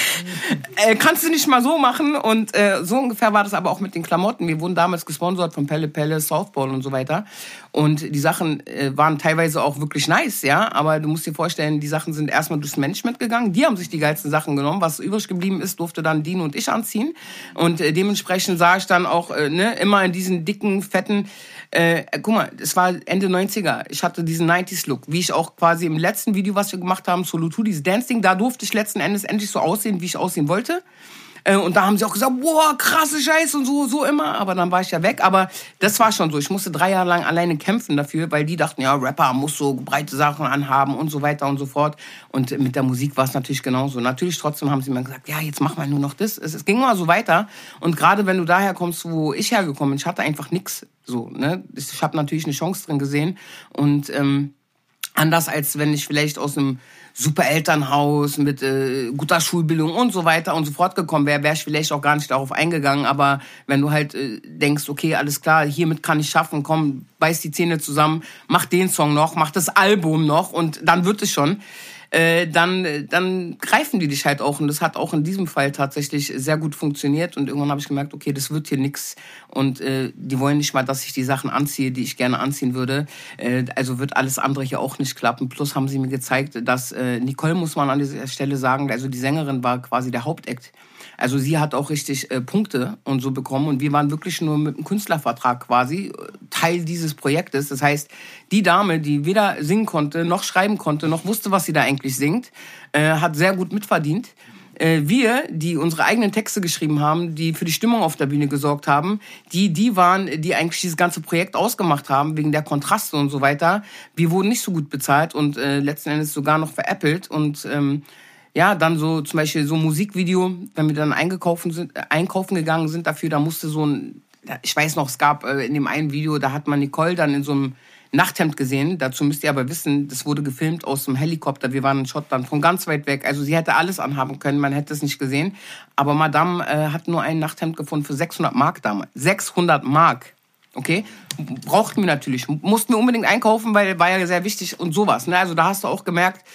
äh, kannst du nicht mal so machen. Und äh, so ungefähr war das aber auch mit den Klamotten. Wir wurden damals gesponsert von Pelle Pelle, Southpaw und so weiter. Und die Sachen äh, waren teilweise auch wirklich nice, ja. Aber du musst dir vorstellen, die Sachen sind erstmal durchs Management gegangen. Die haben sich die geilsten Sachen genommen. Was übrig geblieben ist, durfte dann Dino und ich anziehen. Und äh, dementsprechend sah ich dann auch äh, ne, immer in diesen dicken, fetten... Äh, guck mal, es war Ende neunziger. Ich hatte diesen neunziger-Look. Wie ich auch quasi im letzten Video, was wir gemacht haben, Solo zwei, dieses Dance-Ding, da durfte ich letzten Endes endlich so aussehen, wie ich aussehen wollte. Äh, und da haben sie auch gesagt, boah, krasse Scheiße und so, so immer. Aber dann war ich ja weg. Aber das war schon so. Ich musste drei Jahre lang alleine kämpfen dafür, weil die dachten, ja, Rapper muss so breite Sachen anhaben und so weiter und so fort. Und mit der Musik war es natürlich genauso. Natürlich trotzdem haben sie mir gesagt, ja, jetzt mach mal nur noch das. Es, es ging mal so weiter. Und gerade wenn du daher kommst, wo ich hergekommen bin, ich hatte einfach nichts. So, ne? Ich habe natürlich eine Chance drin gesehen. Und ähm, anders als wenn ich vielleicht aus einem super Elternhaus mit äh, guter Schulbildung und so weiter und so fort gekommen wäre, wäre ich vielleicht auch gar nicht darauf eingegangen. Aber wenn du halt äh, denkst, okay, alles klar, hiermit kann ich schaffen, komm, beiß die Zähne zusammen, mach den Song noch, mach das Album noch und dann wird es schon. Äh, dann, dann greifen die dich halt auch. Und das hat auch in diesem Fall tatsächlich sehr gut funktioniert. Und irgendwann habe ich gemerkt, okay, das wird hier nix. Und äh, die wollen nicht mal, dass ich die Sachen anziehe, die ich gerne anziehen würde. Äh, also wird alles andere hier auch nicht klappen. Plus haben sie mir gezeigt, dass äh, Nicole, muss man an dieser Stelle sagen, also die Sängerin war quasi der Hauptakt. Also sie hat auch richtig äh, Punkte und so bekommen. Und wir waren wirklich nur mit einem Künstlervertrag quasi Teil dieses Projektes. Das heißt, die Dame, die weder singen konnte, noch schreiben konnte, noch wusste, was sie da eigentlich singt, äh, hat sehr gut mitverdient. Äh, wir, die unsere eigenen Texte geschrieben haben, die für die Stimmung auf der Bühne gesorgt haben, die die waren, die eigentlich dieses ganze Projekt ausgemacht haben, wegen der Kontraste und so weiter. Wir wurden nicht so gut bezahlt und äh, letzten Endes sogar noch veräppelt. Und ähm, ja, dann so zum Beispiel so ein Musikvideo, wenn wir dann einkaufen sind, äh, einkaufen gegangen sind dafür, da musste so ein, ich weiß noch, es gab äh, in dem einen Video, da hat man Nicole dann in so einem Nachthemd gesehen. Dazu müsst ihr aber wissen, das wurde gefilmt aus dem Helikopter. Wir waren in Schottland, von ganz weit weg. Also sie hätte alles anhaben können, man hätte es nicht gesehen. Aber Madame äh, hat nur ein Nachthemd gefunden für sechshundert Mark damals. sechshundert Mark. Okay? Brauchten wir natürlich. Mussten wir unbedingt einkaufen, weil war ja sehr wichtig und sowas. Ne? Also da hast du auch gemerkt,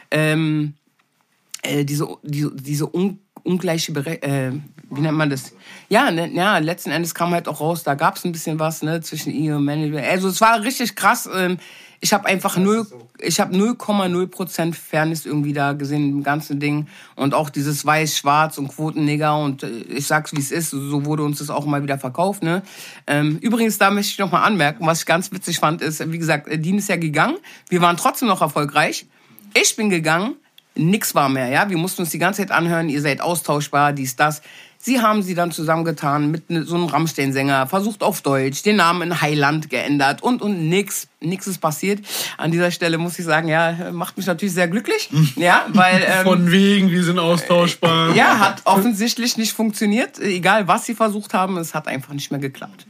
ähm, äh, diese, diese, diese un ungleiche Bere äh, wie nennt man das? Ja, ne, ja, letzten Endes kam halt auch raus, da gab es ein bisschen was, ne, zwischen ihr und Management. Also es war richtig krass. Ähm, ich habe einfach null, ich habe null Komma null Prozent Fairness irgendwie da gesehen im ganzen Ding. Und auch dieses Weiß-Schwarz und Quotennigger und äh, ich sag's, wie es ist, so wurde uns das auch mal wieder verkauft, ne. Ähm, übrigens, da möchte ich noch mal anmerken, was ich ganz witzig fand, ist, wie gesagt, Dean ist ja gegangen, wir waren trotzdem noch erfolgreich. Ich bin gegangen, nix war mehr, ja. Wir mussten uns die ganze Zeit anhören, ihr seid austauschbar, dies, das. Sie haben sie dann zusammengetan mit so einem Rammstein-Sänger, versucht auf Deutsch, den Namen in Heiland geändert und, und nix, nix ist passiert. An dieser Stelle muss ich sagen, ja, macht mich natürlich sehr glücklich, ja, weil... Ähm, Von wegen, wir sind austauschbar. Ja, hat offensichtlich nicht funktioniert, egal was sie versucht haben, es hat einfach nicht mehr geklappt.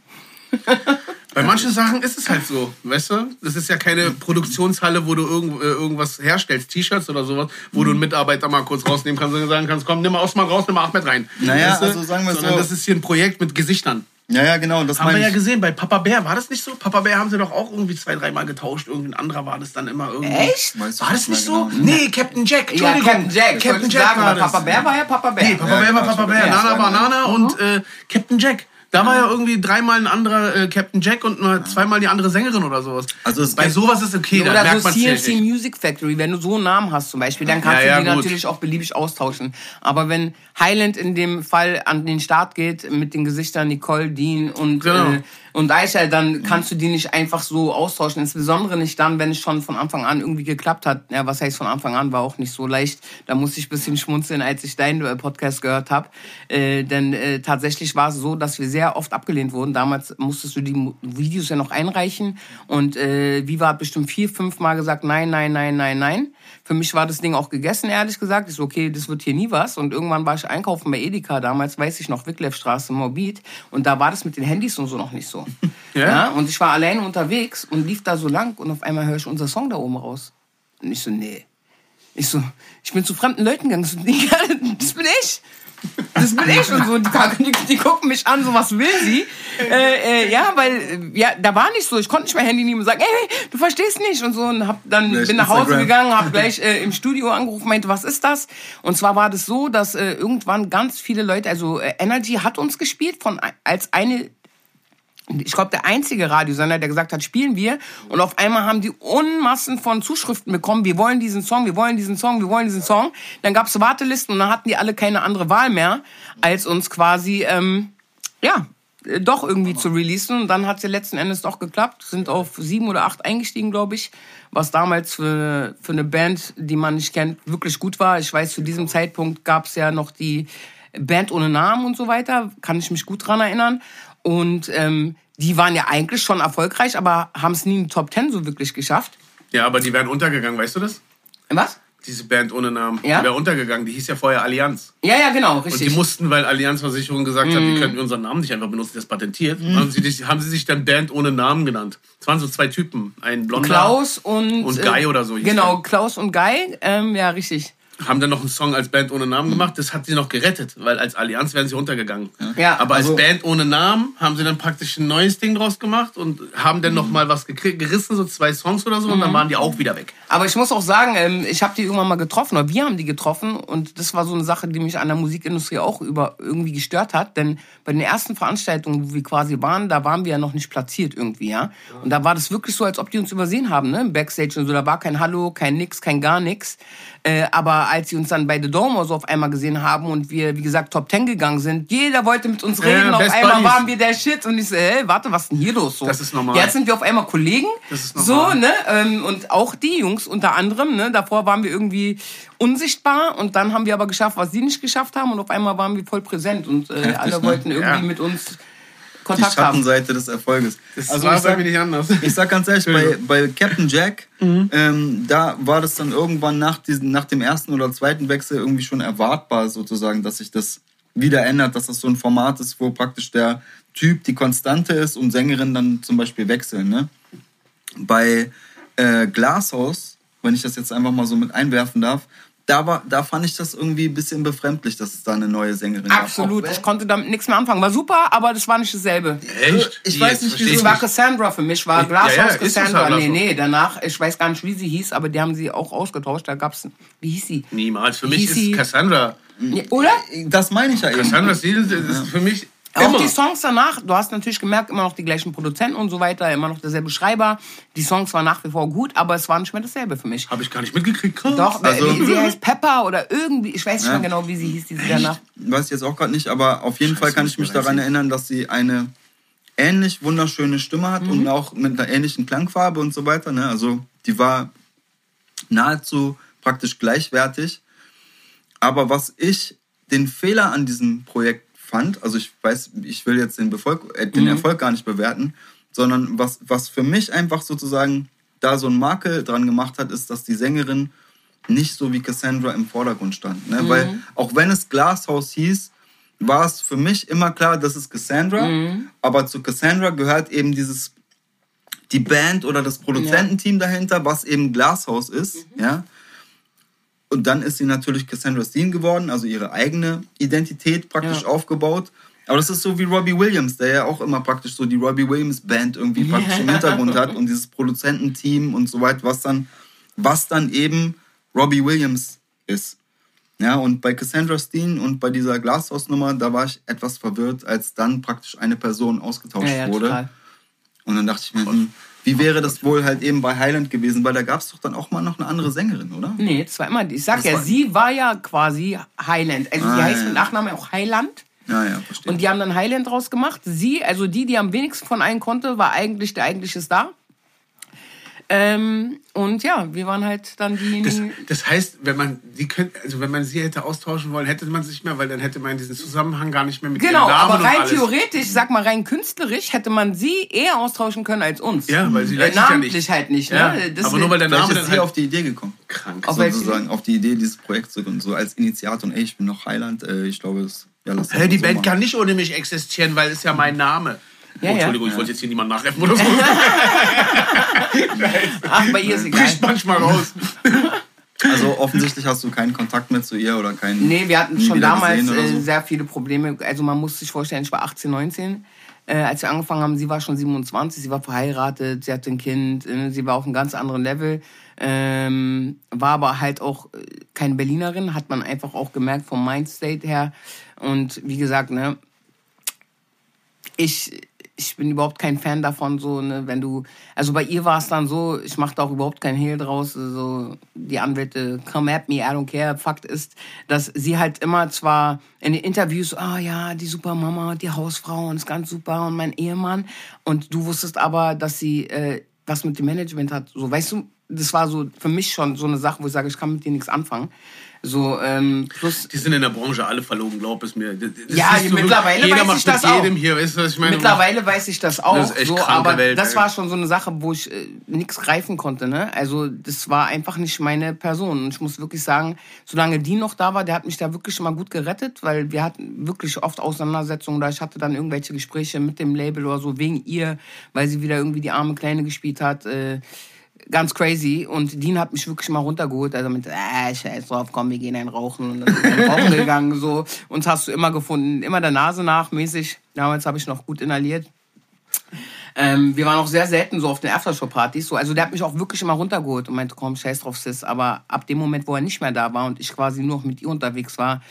Bei manchen Sachen ist es halt so, weißt du? Das ist ja keine Produktionshalle, wo du irgend, äh, irgendwas herstellst, T-Shirts oder sowas, wo du einen Mitarbeiter mal kurz rausnehmen kannst und sagen kannst, komm, nimm mal Osman raus, nimm mal Ahmed rein. Naja, weißt du? also sagen wir Sondern so. das ist hier ein Projekt mit Gesichtern. Ja, ja, genau. Das haben wir ich. ja gesehen, bei Papa Bär, war das nicht so? Papa Bär haben sie doch auch irgendwie zwei, dreimal getauscht. Irgendein anderer war das dann immer irgendwie. Echt? War das nicht so? Genau. Nee, Captain Jack. Ja, Captain Jack. Captain Jack Jack sagen, war das. Papa Bär war ja Papa Bär. Nee, Papa Ja, Bär war genau, Papa Bär. ja, Nana genau. Banana und äh, Captain Jack. Da war ja irgendwie dreimal ein anderer äh, Captain Jack und nur zweimal die andere Sängerin oder sowas. Also bei sowas ist okay, da oder merkt so man C N C Music Factory, wenn du so einen Namen hast zum Beispiel, dann kannst ja, ja, du die gut. natürlich auch beliebig austauschen. Aber wenn Highland in dem Fall an den Start geht mit den Gesichtern Nicole, Dean und genau. äh, und Aisha, dann kannst du die nicht einfach so austauschen. Insbesondere nicht dann, wenn es schon von Anfang an irgendwie geklappt hat. Ja, was heißt von Anfang an, war auch nicht so leicht. Da musste ich ein bisschen schmunzeln, als ich deinen äh, Podcast gehört habe. Äh, denn äh, tatsächlich war es so, dass wir sehr oft abgelehnt wurden. Damals musstest du die Mo- Videos ja noch einreichen. Und äh, Viva hat bestimmt vier, fünf Mal gesagt, nein, nein, nein, nein, nein. Für mich war das Ding auch gegessen, ehrlich gesagt. Ich so, okay, das wird hier nie was. Und irgendwann war ich einkaufen bei Edeka, damals, weiß ich noch, Wickleffstraße, Morbid. Und da war das mit den Handys und so noch nicht so. Ja? Ja, und ich war alleine unterwegs und lief da so lang und auf einmal höre ich unser Song da oben raus. Und ich so, nee. Ich so, ich bin zu fremden Leuten gegangen. So, das bin ich. Das bin ich und so. Die, die, die gucken mich an, so, was will sie? Äh, äh, ja, weil, ja, da war nicht so. Ich konnte nicht mein Handy nehmen und sagen, ey, du verstehst nicht und so. Und hab dann, bin nach Hause gegangen, hab gleich äh, im Studio angerufen, meinte, was ist das? Und zwar war das so, dass äh, irgendwann ganz viele Leute, also äh, Energy hat uns gespielt von als eine, ich glaube, der einzige Radiosender, der gesagt hat, spielen wir. Und auf einmal haben die Unmassen von Zuschriften bekommen, wir wollen diesen Song, wir wollen diesen Song, wir wollen diesen Song. Dann gab es Wartelisten und dann hatten die alle keine andere Wahl mehr, als uns quasi, ähm, ja, doch irgendwie zu releasen. Und dann hat es ja letzten Endes doch geklappt. Sind auf sieben oder acht eingestiegen, glaube ich. Was damals für, für eine Band, die man nicht kennt, wirklich gut war. Ich weiß, zu diesem Zeitpunkt gab es ja noch die Band ohne Namen und so weiter. Kann ich mich gut dran erinnern. Und ähm, die waren ja eigentlich schon erfolgreich, aber haben es nie in die Top Ten so wirklich geschafft. Ja, aber die wären untergegangen, weißt du das? Was? Diese Band ohne Namen. Ja? Die wäre untergegangen. Die hieß ja vorher Allianz. Ja, ja, genau, richtig. Und die mussten, weil Allianz Versicherung gesagt mm. hat, die könnten unseren Namen nicht einfach benutzen, das patentiert. Mm. Haben, sie, haben sie sich dann Band ohne Namen genannt. Es waren so zwei Typen. Ein Blonder Klaus und... Und Guy äh, oder so. Hieß genau, der. Klaus und Guy. Ähm, ja, richtig. Haben dann noch einen Song als Band ohne Namen gemacht. Das hat sie noch gerettet, weil als Allianz wären sie untergegangen. Ja, aber also, als Band ohne Namen haben sie dann praktisch ein neues Ding draus gemacht und haben dann noch mal was gekriegt, gerissen, so zwei Songs oder so, und dann waren die auch wieder weg. Aber ich muss auch sagen, ich habe die irgendwann mal getroffen, oder wir haben die getroffen, und das war so eine Sache, die mich an der Musikindustrie auch über irgendwie gestört hat, denn bei den ersten Veranstaltungen, wo wir quasi waren, da waren wir ja noch nicht platziert irgendwie, ja. Und da war das wirklich so, als ob die uns übersehen haben, ne, im Backstage und so. Da war kein Hallo, kein Nix, kein gar nix. Äh, aber als sie uns dann bei The Dome so auf einmal gesehen haben und wir, wie gesagt, Top Ten gegangen sind, jeder wollte mit uns reden, ja, auf einmal Buddies. waren wir der Shit, und ich so, hey, warte, was ist denn hier los? So, das ist normal. Jetzt sind wir auf einmal Kollegen, das ist normal. so, ne, ähm, und auch die Jungs unter anderem, ne, davor waren wir irgendwie unsichtbar, und dann haben wir aber geschafft, was sie nicht geschafft haben, und auf einmal waren wir voll präsent, und äh, Heftig, alle ne? wollten irgendwie Ja. mit uns Die Kontakt haben. Schattenseite des Erfolges. Das also war ich bei sag, mir nicht anders. ich sag ganz ehrlich, bei, bei Captain Jack, mhm. ähm, da war das dann irgendwann nach, diesen, nach dem ersten oder zweiten Wechsel irgendwie schon erwartbar sozusagen, dass sich das wieder ändert, dass das so ein Format ist, wo praktisch der Typ die Konstante ist und Sängerinnen dann zum Beispiel wechseln. Ne? Bei äh, Glasshouse, wenn ich das jetzt einfach mal so mit einwerfen darf, Da, war, da fand ich das irgendwie ein bisschen befremdlich, dass es da eine neue Sängerin gab. Absolut, ich konnte damit nichts mehr anfangen. War super, aber das war nicht dasselbe. Echt? Ich weiß nicht, wie Das war Cassandra für mich, war Ich- Glasshouse ja, ja, ist Cassandra. das Nee, halt nee, danach, ich weiß gar nicht, wie sie hieß, aber die haben sie auch ausgetauscht. Da gab's, wie hieß sie? Niemals. Für mich Hieß sie- ist Cassandra. Ja, oder? Das meine ich ja eben. Cassandra Stevens ist für mich Auch immer. die Songs danach, du hast natürlich gemerkt, immer noch die gleichen Produzenten und so weiter, immer noch derselbe Schreiber. Die Songs waren nach wie vor gut, aber es war nicht mehr dasselbe für mich. Habe ich gar nicht mitgekriegt. Krass. Doch, Also- sie heißt Pepper oder irgendwie, ich weiß nicht Ja. mehr genau, wie sie hieß, die sie danach. Weiß ich jetzt auch gerade nicht, aber auf jeden Scheiße, Fall kann ich muss mich man daran einsehen. erinnern, dass sie eine ähnlich wunderschöne Stimme hat Mhm. und auch mit einer ähnlichen Klangfarbe und so weiter. Ne? Also die war nahezu praktisch gleichwertig. Aber was ich den Fehler an diesem Projekt fand, also ich weiß, ich will jetzt den, Befolg äh, den Mhm. Erfolg gar nicht bewerten, sondern was, was für mich einfach sozusagen da so ein Makel dran gemacht hat, ist, dass die Sängerin nicht so wie Cassandra im Vordergrund stand. Ne? Mhm. Weil auch wenn es Glasshouse hieß, war es für mich immer klar, das ist Cassandra, Mhm. aber zu Cassandra gehört eben dieses, die Band oder das Produzententeam dahinter, was eben Glasshouse ist, Mhm. ja. Und dann ist sie natürlich Cassandra Steen geworden, also ihre eigene Identität praktisch Ja. aufgebaut. Aber das ist so wie Robbie Williams, der ja auch immer praktisch so die Robbie Williams Band irgendwie praktisch im Hintergrund hat und dieses Produzententeam und so weiter, was dann, was dann eben Robbie Williams ist. Ja, und bei Cassandra Steen und bei dieser Glashausnummer, da war ich etwas verwirrt, als dann praktisch eine Person ausgetauscht ja, ja, wurde. Total. Und dann dachte ich mir, hm, wie wäre das wohl halt eben bei Highland gewesen? Weil da gab es doch dann auch mal noch eine andere Sängerin, oder? Nee, das war immer, ich sag das ja, war sie war ja quasi Highland. Also ah, sie heißt ja. mit Nachnamen auch Highland. Ja, ja, verstehe. Und die haben dann Highland draus gemacht. Sie, also die, die am wenigsten von allen konnte, war eigentlich der eigentliche Star. Ähm, und ja, wir waren halt dann diejenigen. Das, das heißt, wenn man sie könnte, also wenn man sie hätte austauschen wollen, hätte man sich mehr, weil dann hätte man diesen Zusammenhang gar nicht mehr mit genau, ihrem Namen aber rein und alles. Theoretisch, sag mal rein künstlerisch, hätte man sie eher austauschen können als uns. Ja, weil sie äh, namentlich ja nicht. halt nicht. Ja, ne? Aber nur weil der Name dann ist sie halt auf die Idee gekommen. Krank. Auf sozusagen auf die Idee dieses Projekts und so als Initiator und ey, ich bin noch Highland, äh, ich glaube es. Ja, lass hey, die so Band machen. kann nicht ohne mich existieren, weil es ja mein Name. Ja, oh, Entschuldigung, ja. ich wollte jetzt hier niemanden nachreffen oder so. Ach, bei ihr ist egal. Kriegt manchmal raus. Also offensichtlich hast du keinen Kontakt mehr zu ihr oder keinen... Nee, wir hatten schon damals so. äh, sehr viele Probleme. Also man muss sich vorstellen, ich war achtzehn, neunzehn. Äh, als wir angefangen haben, sie war schon siebenundzwanzig, sie war verheiratet, sie hatte ein Kind, äh, sie war auf einem ganz anderen Level. Ähm, war aber halt auch keine Berlinerin, hat man einfach auch gemerkt vom Mindstate her. Und wie gesagt, ne, ich... Ich bin überhaupt kein Fan davon, so, ne, wenn du, also bei ihr war es dann so, ich machte auch überhaupt keinen Hehl draus, so, die Anwälte, come at me, I don't care. Fakt ist, dass sie halt immer zwar in den Interviews, ah oh, ja, die super Mama, die Hausfrau und ist ganz super und mein Ehemann, und du wusstest aber, dass sie äh, was mit dem Management hat, so, weißt du, das war so für mich schon so eine Sache, wo ich sage, ich kann mit dir nichts anfangen. So, ähm, plus die sind in der Branche alle verlogen, glaub es mir. Das ja, so, mittlerweile jeder weiß ich das mit auch. jedem hier, weißt du, was ich meine? Mittlerweile weiß ich das auch. Das ist echt so, kranke aber Welt, das ey. war schon so eine Sache, wo ich äh, nichts greifen konnte. Ne? Also das war einfach nicht meine Person. Und ich muss wirklich sagen, solange die noch da war, der hat mich da wirklich immer gut gerettet, weil wir hatten wirklich oft Auseinandersetzungen. Da ich hatte dann irgendwelche Gespräche mit dem Label oder so wegen ihr, weil sie wieder irgendwie die arme Kleine gespielt hat. Äh, Ganz crazy. Und Dean hat mich wirklich mal runtergeholt. Also mit, äh, scheiß drauf, komm, wir gehen ein Rauchen. Und dann sind wir rauchen gegangen. So. Uns hast du immer gefunden. Immer der Nase nach, mäßig. Damals habe ich noch gut inhaliert. Ähm, wir waren auch sehr selten so auf den Aftershow-Partys. So. Also der hat mich auch wirklich immer runtergeholt und meinte, komm, scheiß drauf, Sis. Aber ab dem Moment, wo er nicht mehr da war und ich quasi nur noch mit ihr unterwegs war,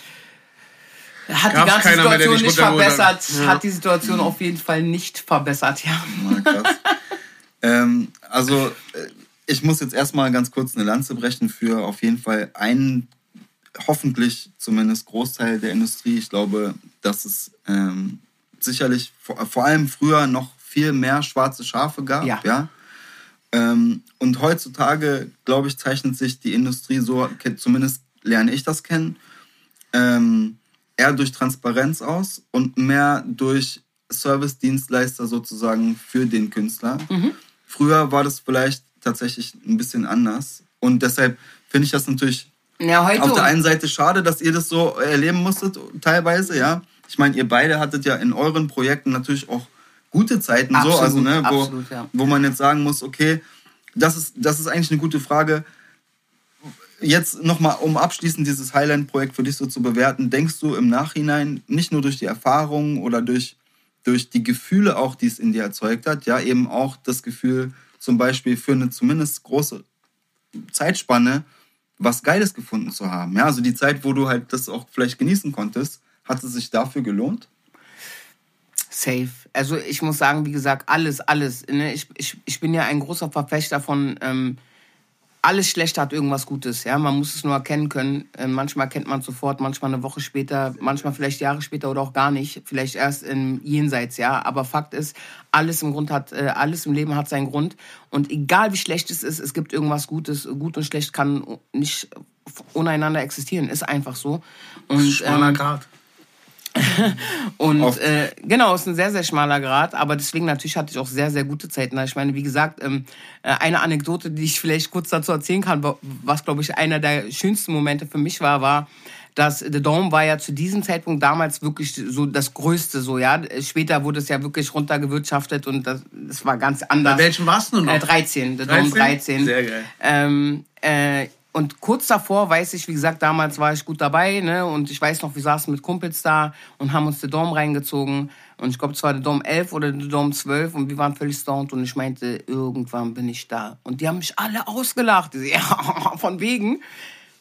hat Gab's die ganze Situation mehr, nicht verbessert. Ja. Hat die Situation mhm. auf jeden Fall nicht verbessert, ja. Na, krass. ähm, also... Ich muss jetzt erstmal ganz kurz eine Lanze brechen für auf jeden Fall einen, hoffentlich zumindest Großteil der Industrie. Ich glaube, dass es ähm, sicherlich vor, vor allem früher noch viel mehr schwarze Schafe gab. Ja. Ja? Ähm, und heutzutage, glaube ich, zeichnet sich die Industrie so, zumindest lerne ich das kennen, ähm, eher durch Transparenz aus und mehr durch Service-Dienstleister sozusagen für den Künstler. Mhm. Früher war das vielleicht tatsächlich ein bisschen anders. Und deshalb finde ich das natürlich ja, heute auf der einen Seite schade, dass ihr das so erleben musstet, teilweise, ja. Ich meine, ihr beide hattet ja in euren Projekten natürlich auch gute Zeiten, absolut, so, also, ne, wo, absolut, ja. wo man jetzt sagen muss, okay, das ist, das ist eigentlich eine gute Frage. Jetzt nochmal, um abschließend dieses Highland-Projekt für dich so zu bewerten, denkst du im Nachhinein, nicht nur durch die Erfahrungen oder durch, durch die Gefühle auch, die es in dir erzeugt hat, ja, eben auch das Gefühl, zum Beispiel für eine zumindest große Zeitspanne was Geiles gefunden zu haben. Ja, also die Zeit, wo du halt das auch vielleicht genießen konntest, hat es sich dafür gelohnt? Safe. Also ich muss sagen, wie gesagt, alles, alles. Ne? Ich, ich, ich bin ja ein großer Verfechter von ähm, alles Schlechte hat irgendwas Gutes. Ja? Man muss es nur erkennen können. Äh, manchmal kennt man es sofort, manchmal eine Woche später, manchmal vielleicht Jahre später oder auch gar nicht. Vielleicht erst im Jenseits, ja. Aber Fakt ist, alles im Grund hat, äh, alles im Leben hat seinen Grund. Und egal wie schlecht es ist, es gibt irgendwas Gutes. Gut und schlecht kann nicht untereinander existieren. Ist einfach so. Und, schmaler ähm, Grad. Und äh, genau, es ist ein sehr, sehr schmaler Grad, aber deswegen natürlich hatte ich auch sehr, sehr gute Zeiten. Ich meine, wie gesagt, ähm, eine Anekdote, die ich vielleicht kurz dazu erzählen kann, was, glaube ich, einer der schönsten Momente für mich war, war, dass The Dome war ja zu diesem Zeitpunkt damals wirklich so das Größte, so, ja. Später wurde es ja wirklich runtergewirtschaftet und das, das war ganz anders. Bei welchem warst du noch? Äh, dreizehn, The Dome dreizehn. Sehr geil. Ähm, äh, Und kurz davor, weiß ich, wie gesagt, damals war ich gut dabei, ne? Und ich weiß noch, wir saßen mit Kumpels da und haben uns The Dome reingezogen. Und ich glaube, es war The Dome elf oder The Dome zwölf und wir waren völlig stoned und ich meinte, irgendwann bin ich da. Und die haben mich alle ausgelacht. Die so, ja, von wegen.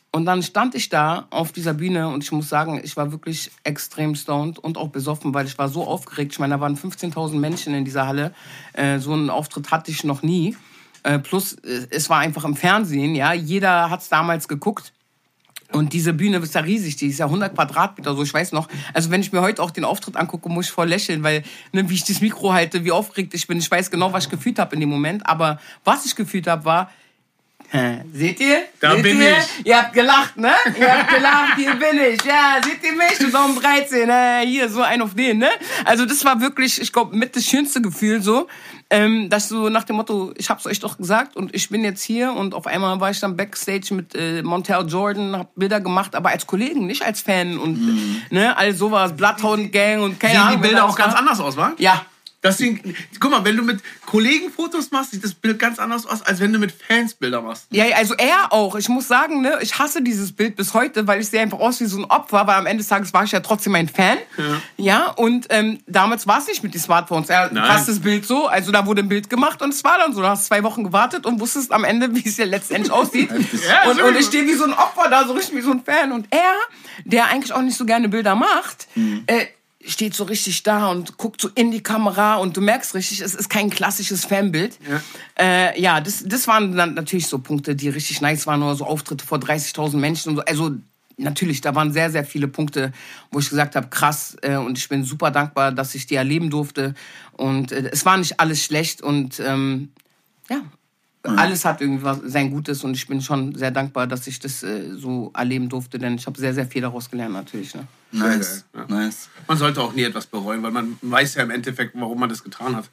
Und dann stand ich da auf dieser Bühne und ich muss sagen, ich war wirklich extrem stoned und auch besoffen, weil ich war so aufgeregt. Ich meine, da waren fünfzehntausend Menschen in dieser Halle. Äh, so einen Auftritt hatte ich noch nie. Äh, plus, äh, es war einfach im Fernsehen, ja. Jeder hat's damals geguckt. Und diese Bühne ist ja riesig, die ist ja hundert Quadratmeter, so, ich weiß noch. Also wenn ich mir heute auch den Auftritt angucke, muss ich voll lächeln, weil, ne, wie ich das Mikro halte, wie aufgeregt ich bin, ich weiß genau, was ich gefühlt habe in dem Moment. Aber was ich gefühlt habe, war, hä, seht ihr? Da seht bin ihr? ich. Ihr habt gelacht, ne? Ihr habt gelacht, hier bin ich. Ja, seht ihr mich? Und um dreizehn, äh, hier, so ein auf den, ne? Also das war wirklich, ich glaube, mit das schönste Gefühl so, ähm, dass so nach dem Motto, ich hab's euch doch gesagt und ich bin jetzt hier und auf einmal war ich dann Backstage mit äh, Montel Jordan, hab Bilder gemacht, aber als Kollegen, nicht als Fan und Mhm. ne, all sowas, Bloodhound Gang und keine Sehen Ahnung. die wer Bilder das auch ganz war. anders aus, wa? Ja. Deswegen, guck mal, wenn du mit Kollegen Fotos machst, sieht das Bild ganz anders aus, als wenn du mit Fans Bilder machst. Ja, also er auch. Ich muss sagen, ne, ich hasse dieses Bild bis heute, weil ich sehe einfach aus wie so ein Opfer, weil am Ende des Tages war ich ja trotzdem ein Fan. Ja. Ja, und ähm, damals war es nicht mit den Smartphones. Er Nein. passt das Bild so, also da wurde ein Bild gemacht und es war dann so. Du hast zwei Wochen gewartet und wusstest am Ende, wie es ja letztendlich aussieht. Ja, und, und ich stehe wie so ein Opfer da, so richtig wie so ein Fan. Und er, der eigentlich auch nicht so gerne Bilder macht, Mhm. äh, steht so richtig da und guckt so in die Kamera und du merkst richtig, es ist kein klassisches Fanbild. Ja. Äh, ja, das, das waren dann natürlich so Punkte, die richtig nice waren, oder so Auftritte vor dreißigtausend Menschen und so. Also natürlich, da waren sehr, sehr viele Punkte, wo ich gesagt habe, krass, äh, und ich bin super dankbar, dass ich die erleben durfte. Und äh, es war nicht alles schlecht und ähm, ja, alles hat irgendwie was, sein Gutes und ich bin schon sehr dankbar, dass ich das äh, so erleben durfte, denn ich habe sehr, sehr viel daraus gelernt natürlich. Ne? Nice, Ja. nice. Man sollte auch nie etwas bereuen, weil man weiß ja im Endeffekt, warum man das getan hat.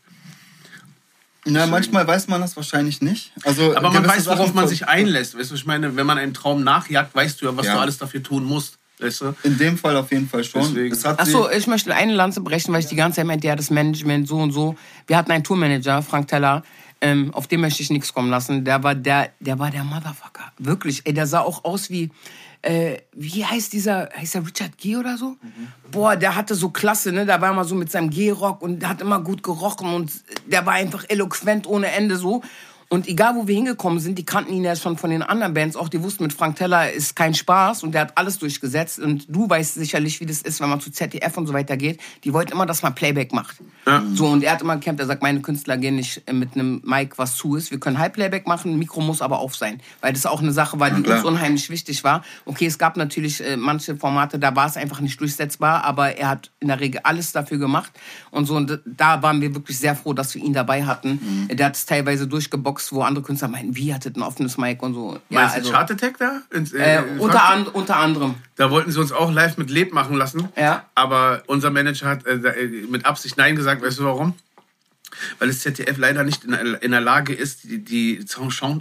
Na, manchmal weiß man das wahrscheinlich nicht. Also, Aber man gewisse weiß, worauf Sachen- man sich einlässt. Weißt du, ich meine, wenn man einen Traum nachjagt, weißt du ja, was Ja. du alles dafür tun musst. Weißt du? In dem Fall auf jeden Fall schon. Deswegen. Es hat Achso, sie- ich möchte eine Lanze brechen, weil ich die ganze Zeit meinte, ja, das Management so und so. Wir hatten einen Tourmanager, Frank Teller, ähm, auf den möchte ich nichts kommen lassen. Der war der, der war der Motherfucker. Wirklich, ey, der sah auch aus wie, äh, wie heißt dieser, heißt der Richard G. oder so? Mhm. Boah, der hatte so Klasse, ne? Der war immer so mit seinem G-Rock und der hat immer gut gerochen und der war einfach eloquent ohne Ende so. Und egal, wo wir hingekommen sind, die kannten ihn ja schon von den anderen Bands auch. Die wussten, mit Frank Teller ist kein Spaß und der hat alles durchgesetzt. Und du weißt sicherlich, wie das ist, wenn man zu Z D F und so weiter geht. Die wollten immer, dass man Playback macht. Ja. So, und er hat immer gekämpft, er sagt, meine Künstler gehen nicht mit einem Mic, was zu ist. Wir können Halbplayback machen, ein Mikro muss aber auf sein. Weil das auch eine Sache war, die klar. uns unheimlich wichtig war. Okay, es gab natürlich äh, manche Formate, da war es einfach nicht durchsetzbar, aber er hat in der Regel alles dafür gemacht. Und so, und da waren wir wirklich sehr froh, dass wir ihn dabei hatten. Der hat es teilweise durchgeboxt, wo andere Künstler meinten, wie hattet ein offenes Mic und so. Ja, Meinst du also, Chart Attack da? In, äh, in unter, Frankfurt? an, unter anderem. Da wollten sie uns auch live mit Leb machen lassen. Ja. Aber unser Manager hat äh, mit Absicht Nein gesagt. Weißt du warum? Weil das Z D F leider nicht in, in der Lage ist, die, die Sound,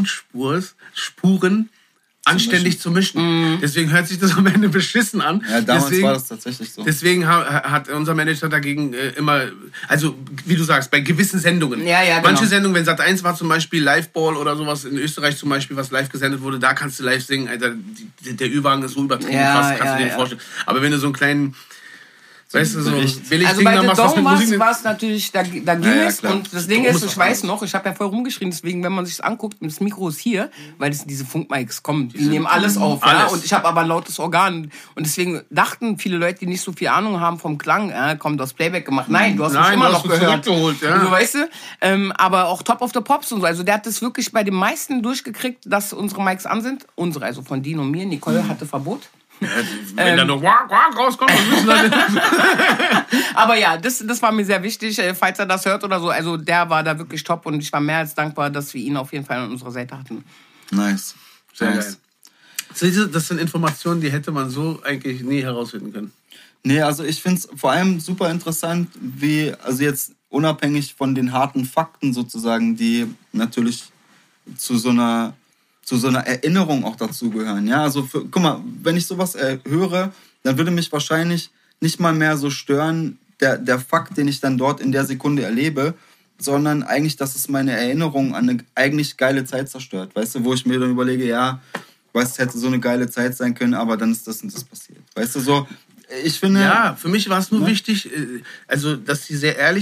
Soundspuren anständig zu mischen. Mhm. Deswegen hört sich das am Ende beschissen an. Ja, damals deswegen, war das tatsächlich so. Deswegen ha, hat unser Manager dagegen äh, immer, also wie du sagst, bei gewissen Sendungen. Ja, ja, genau. Manche Sendungen, wenn Sat eins war zum Beispiel Liveball oder sowas, in Österreich zum Beispiel, was live gesendet wurde, da kannst du live singen. Alter, die, der Ü-Wagen ist so übertrieben Ja, krass, kannst ja, du dir ja. vorstellen. Aber wenn du so einen kleinen, weißt du, so Bericht. billig Also Ding bei da The machst, was Dome mit Musik... war es natürlich, da, da ging Ja, ja, es. klar. Und das Ding Dome ist, ist ich was weiß anderes. noch, ich habe ja voll rumgeschrien, deswegen, wenn man sich anguckt, das Mikro ist hier, weil das, diese Funkmics kommen, die, nehmen alles auf. Ja? alles. Und ich habe aber ein lautes Organ. Und deswegen dachten viele Leute, die nicht so viel Ahnung haben vom Klang, äh, komm, du hast Playback gemacht. Nein, du hast mich Nein, immer du noch hast mich gehört. zurückgeholt, ja. So, weißt du? Ähm, aber auch Top of the Pops und so. Also der hat das wirklich bei den meisten durchgekriegt, dass unsere Mics an sind. Unsere, also von Dean und mir. Nicole hatte Verbot. Wenn da noch Quack, Quack rauskommt, dann müssen wir... Aber ja, das, das war mir sehr wichtig, äh, falls er das hört oder so. Also der war da wirklich top und ich war mehr als dankbar, dass wir ihn auf jeden Fall an unserer Seite hatten. Nice. Sehr nice. geil. Siehst du, das sind Informationen, die hätte man so eigentlich nie herausfinden können. Nee, also ich finde es vor allem super interessant, wie, also jetzt unabhängig von den harten Fakten sozusagen, die natürlich zu so einer, zu so einer Erinnerung auch dazugehören. Ja, also für, guck mal, wenn ich sowas äh, höre, dann würde mich wahrscheinlich nicht mal mehr so stören, der, der Fakt, den ich dann dort in der Sekunde erlebe, sondern eigentlich, dass es meine Erinnerung an eine eigentlich geile Zeit zerstört. Weißt du, wo ich mir dann überlege, ja, weißt, es hätte so eine geile Zeit sein können, aber dann ist das und das passiert. Weißt du, so, ich finde... Ja, für mich war es nur Ja. wichtig, äh, also dass sie sehr ehrlich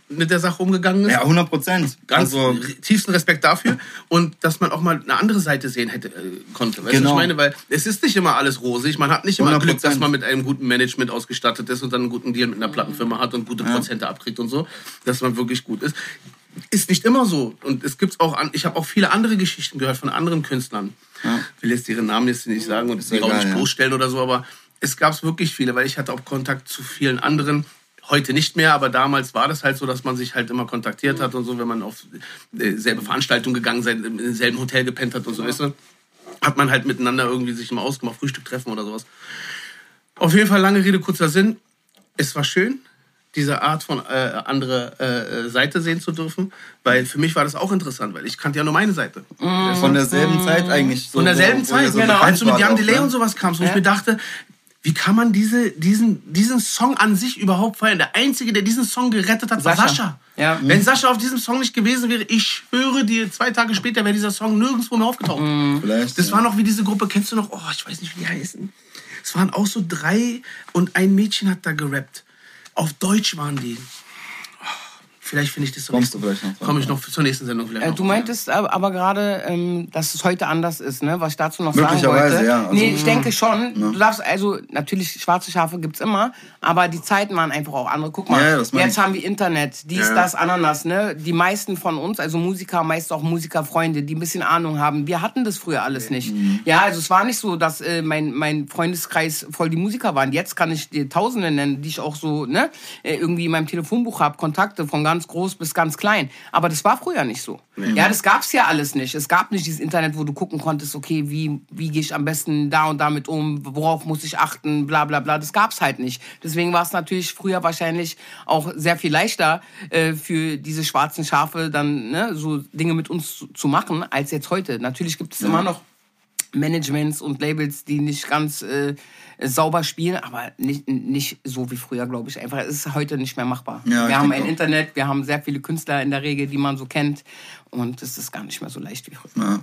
mit der Sache umgegangen ist. Ja, hundert Prozent. Ganz Also, tiefsten Respekt dafür. Und dass man auch mal eine andere Seite sehen hätte, äh, konnte. Weißt Genau. du, was ich meine? Weil es ist nicht immer alles rosig. Man hat nicht immer hundert Glück, Prozent. dass man mit einem guten Management ausgestattet ist und dann einen guten Deal mit einer Plattenfirma hat und gute Ja. Prozente abkriegt und so. Dass man wirklich gut ist. Ist nicht immer so. Und es gibt's auch, an, ich habe auch viele andere Geschichten gehört von anderen Künstlern. Ja. Ich will jetzt ihre Namen jetzt nicht sagen und Ist sie auch egal, nicht ja. bloßstellen oder so, aber es gab wirklich viele, weil ich hatte auch Kontakt zu vielen anderen. Heute nicht mehr, aber damals war das halt so, dass man sich halt immer kontaktiert hat und so, wenn man auf äh, selbe Veranstaltung gegangen seid, im selben Hotel gepennt hat und so, weißt du, hat man halt miteinander irgendwie sich immer ausgemacht, Frühstück treffen oder sowas. Auf jeden Fall, lange Rede, kurzer Sinn. Es war schön, diese Art von äh, andere äh, Seite sehen zu dürfen, weil für mich war das auch interessant, weil ich kannte ja nur meine Seite. von derselben Zeit eigentlich. So, Von derselben wo- wo Zeit, ihr so genau. bekannt Als du mit wart Jan auch, Delay ne? und sowas kamst, wo Ja. ich mir dachte, wie kann man diese, diesen, diesen Song an sich überhaupt feiern? Der Einzige, der diesen Song gerettet hat, war Sascha. Sascha. Ja. Wenn Sascha auf diesem Song nicht gewesen wäre, ich schwöre dir, zwei Tage später wäre dieser Song nirgendwo mehr aufgetaucht. Vielleicht, Das ja. war noch wie diese Gruppe, kennst du noch? Oh, ich weiß nicht, wie die heißen. Es waren auch so drei und ein Mädchen hat da gerappt. Auf Deutsch waren die. Oh, vielleicht finde ich das so. Kommst du vielleicht noch dran, Komme ich ja. noch zur nächsten Sendung vielleicht Äh, noch. du meintest aber, aber gerade, ähm, dass es heute anders ist, ne? Was ich dazu noch sagen Möglicherweise, wollte. ja. Also, nee, ich denke schon. ja. Du darfst, also natürlich, schwarze Schafe gibt's immer, aber die Zeiten waren einfach auch andere. Guck mal, Ja, das meine jetzt ich. haben wir Internet, dies, Ja. das, Ananas, ne? Die meisten von uns, also Musiker, meist auch Musikerfreunde, die ein bisschen Ahnung haben, wir hatten das früher alles nicht. Mhm. Ja, also es war nicht so, dass äh, mein, mein Freundeskreis voll die Musiker waren. Jetzt kann ich dir Tausende nennen, die ich auch so, ne? Äh, irgendwie in meinem Telefonbuch habe, Kontakte von ganz groß bis ganz klein. Aber das war früher nicht so. Ja, das gab's ja alles nicht. Es gab nicht dieses Internet, wo du gucken konntest, okay, wie, wie gehe ich am besten da und damit um, worauf muss ich achten, bla bla bla. Das gab's halt nicht. Deswegen war es natürlich früher wahrscheinlich auch sehr viel leichter äh, für diese schwarzen Schafe dann ne, so Dinge mit uns zu, zu machen, als jetzt heute. Natürlich gibt es immer noch Managements und Labels, die nicht ganz äh, sauber spielen, aber nicht, nicht so wie früher, glaube ich. Einfach, es ist heute nicht mehr machbar. Ja, ich wir haben denke ein auch. Internet, wir haben sehr viele Künstler in der Regel, die man so kennt und es ist gar nicht mehr so leicht wie früher. Ja.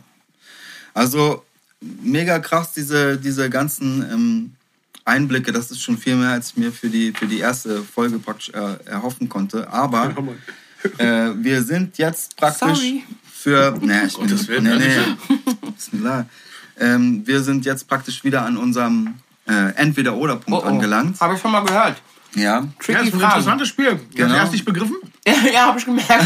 Also mega krass, diese, diese ganzen ähm, Einblicke. Das ist schon viel mehr, als ich mir für die, für die erste Folge praktisch äh, erhoffen konnte. Aber äh, wir sind jetzt praktisch Sorry. für... Nee, ich bin, Gottes Willen, nee, ja, nee. Bismillah. Ähm, wir sind jetzt praktisch wieder an unserem äh, Entweder-Oder-Punkt angelangt. Habe ich schon mal gehört. Ja. Ja, Tricky das ist ein Fragen. interessantes Spiel. Genau. Genau. Hast du erst nicht begriffen? Ja, habe ich gemerkt.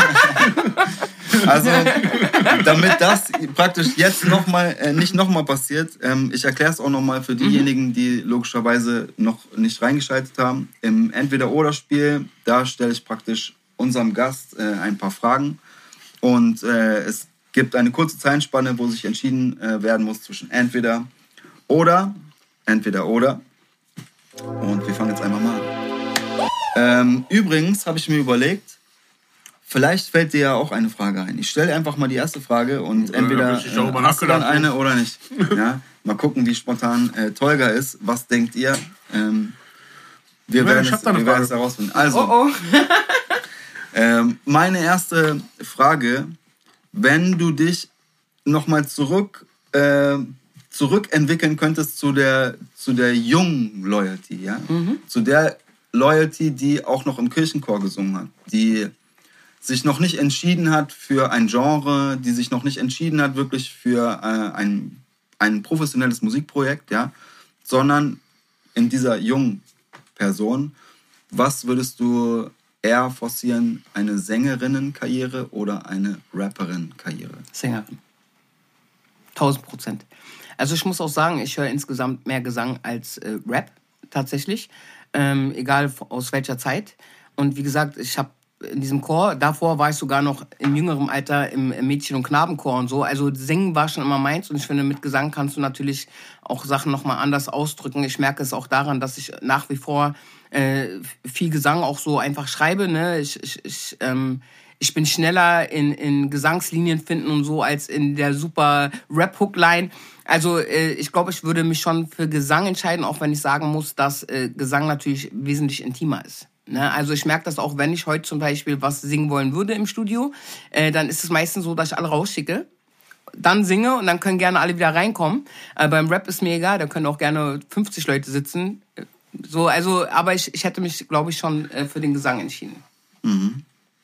Also, damit das praktisch jetzt noch mal, äh, nicht nochmal passiert, ähm, ich erkläre es auch nochmal für diejenigen, die logischerweise noch nicht reingeschaltet haben. Im Entweder-Oder-Spiel, da stelle ich praktisch unserem Gast äh, ein paar Fragen. Und äh, es gibt eine kurze Zeitspanne, wo sich entschieden äh, werden muss zwischen entweder oder, entweder oder. Und wir fangen jetzt einfach mal an. Ähm, übrigens habe ich mir überlegt, vielleicht fällt dir ja auch eine Frage ein. Ich stelle einfach mal die erste Frage und Ja, entweder hab ich darüber äh, hast du dann nachgedacht. eine oder nicht. Ja? Mal gucken, wie spontan äh, Tolga ist. Was denkt ihr? Ähm, wir Ja, werden, ich hab es, da eine wir werden Frage. es herausfinden. Also, Oh, oh. ähm, meine erste Frage, wenn du dich nochmal zurück, äh, zurückentwickeln könntest zu der, zu der jungen Loyalty, ja? Zu der Loyalty, die auch noch im Kirchenchor gesungen hat, die sich noch nicht entschieden hat für ein Genre, die sich noch nicht entschieden hat wirklich für äh, ein, ein professionelles Musikprojekt, ja? Sondern in dieser jungen Person, was würdest du eher forcieren, eine Sängerinnenkarriere oder eine Rapperin-Karriere? Sängerin. Tausend Prozent. Also ich muss auch sagen, ich höre insgesamt mehr Gesang als äh, Rap tatsächlich, ähm, egal aus welcher Zeit. Und wie gesagt, ich habe in diesem Chor, davor war ich sogar noch in jüngerem Alter im, im Mädchen- und Knabenchor und so. Also Singen war schon immer meins und ich finde, mit Gesang kannst du natürlich auch Sachen nochmal anders ausdrücken. Ich merke es auch daran, dass ich nach wie vor äh, viel Gesang auch so einfach schreibe. Ne? Ich, ich, ich, ähm, ich bin schneller in, in Gesangslinien finden und so als in der super Rap-Hook-Line. Also äh, ich glaube, ich würde mich schon für Gesang entscheiden, auch wenn ich sagen muss, dass äh, Gesang natürlich wesentlich intimer ist. Ne? Also ich merke das auch, wenn ich heute zum Beispiel was singen wollen würde im Studio, äh, dann ist es meistens so, dass ich alle rausschicke, dann singe und dann können gerne alle wieder reinkommen. Äh, beim Rap ist mir egal, da können auch gerne fünfzig Leute sitzen. So, also, aber ich, ich hätte mich, glaube ich, schon äh, für den Gesang entschieden. Mhm.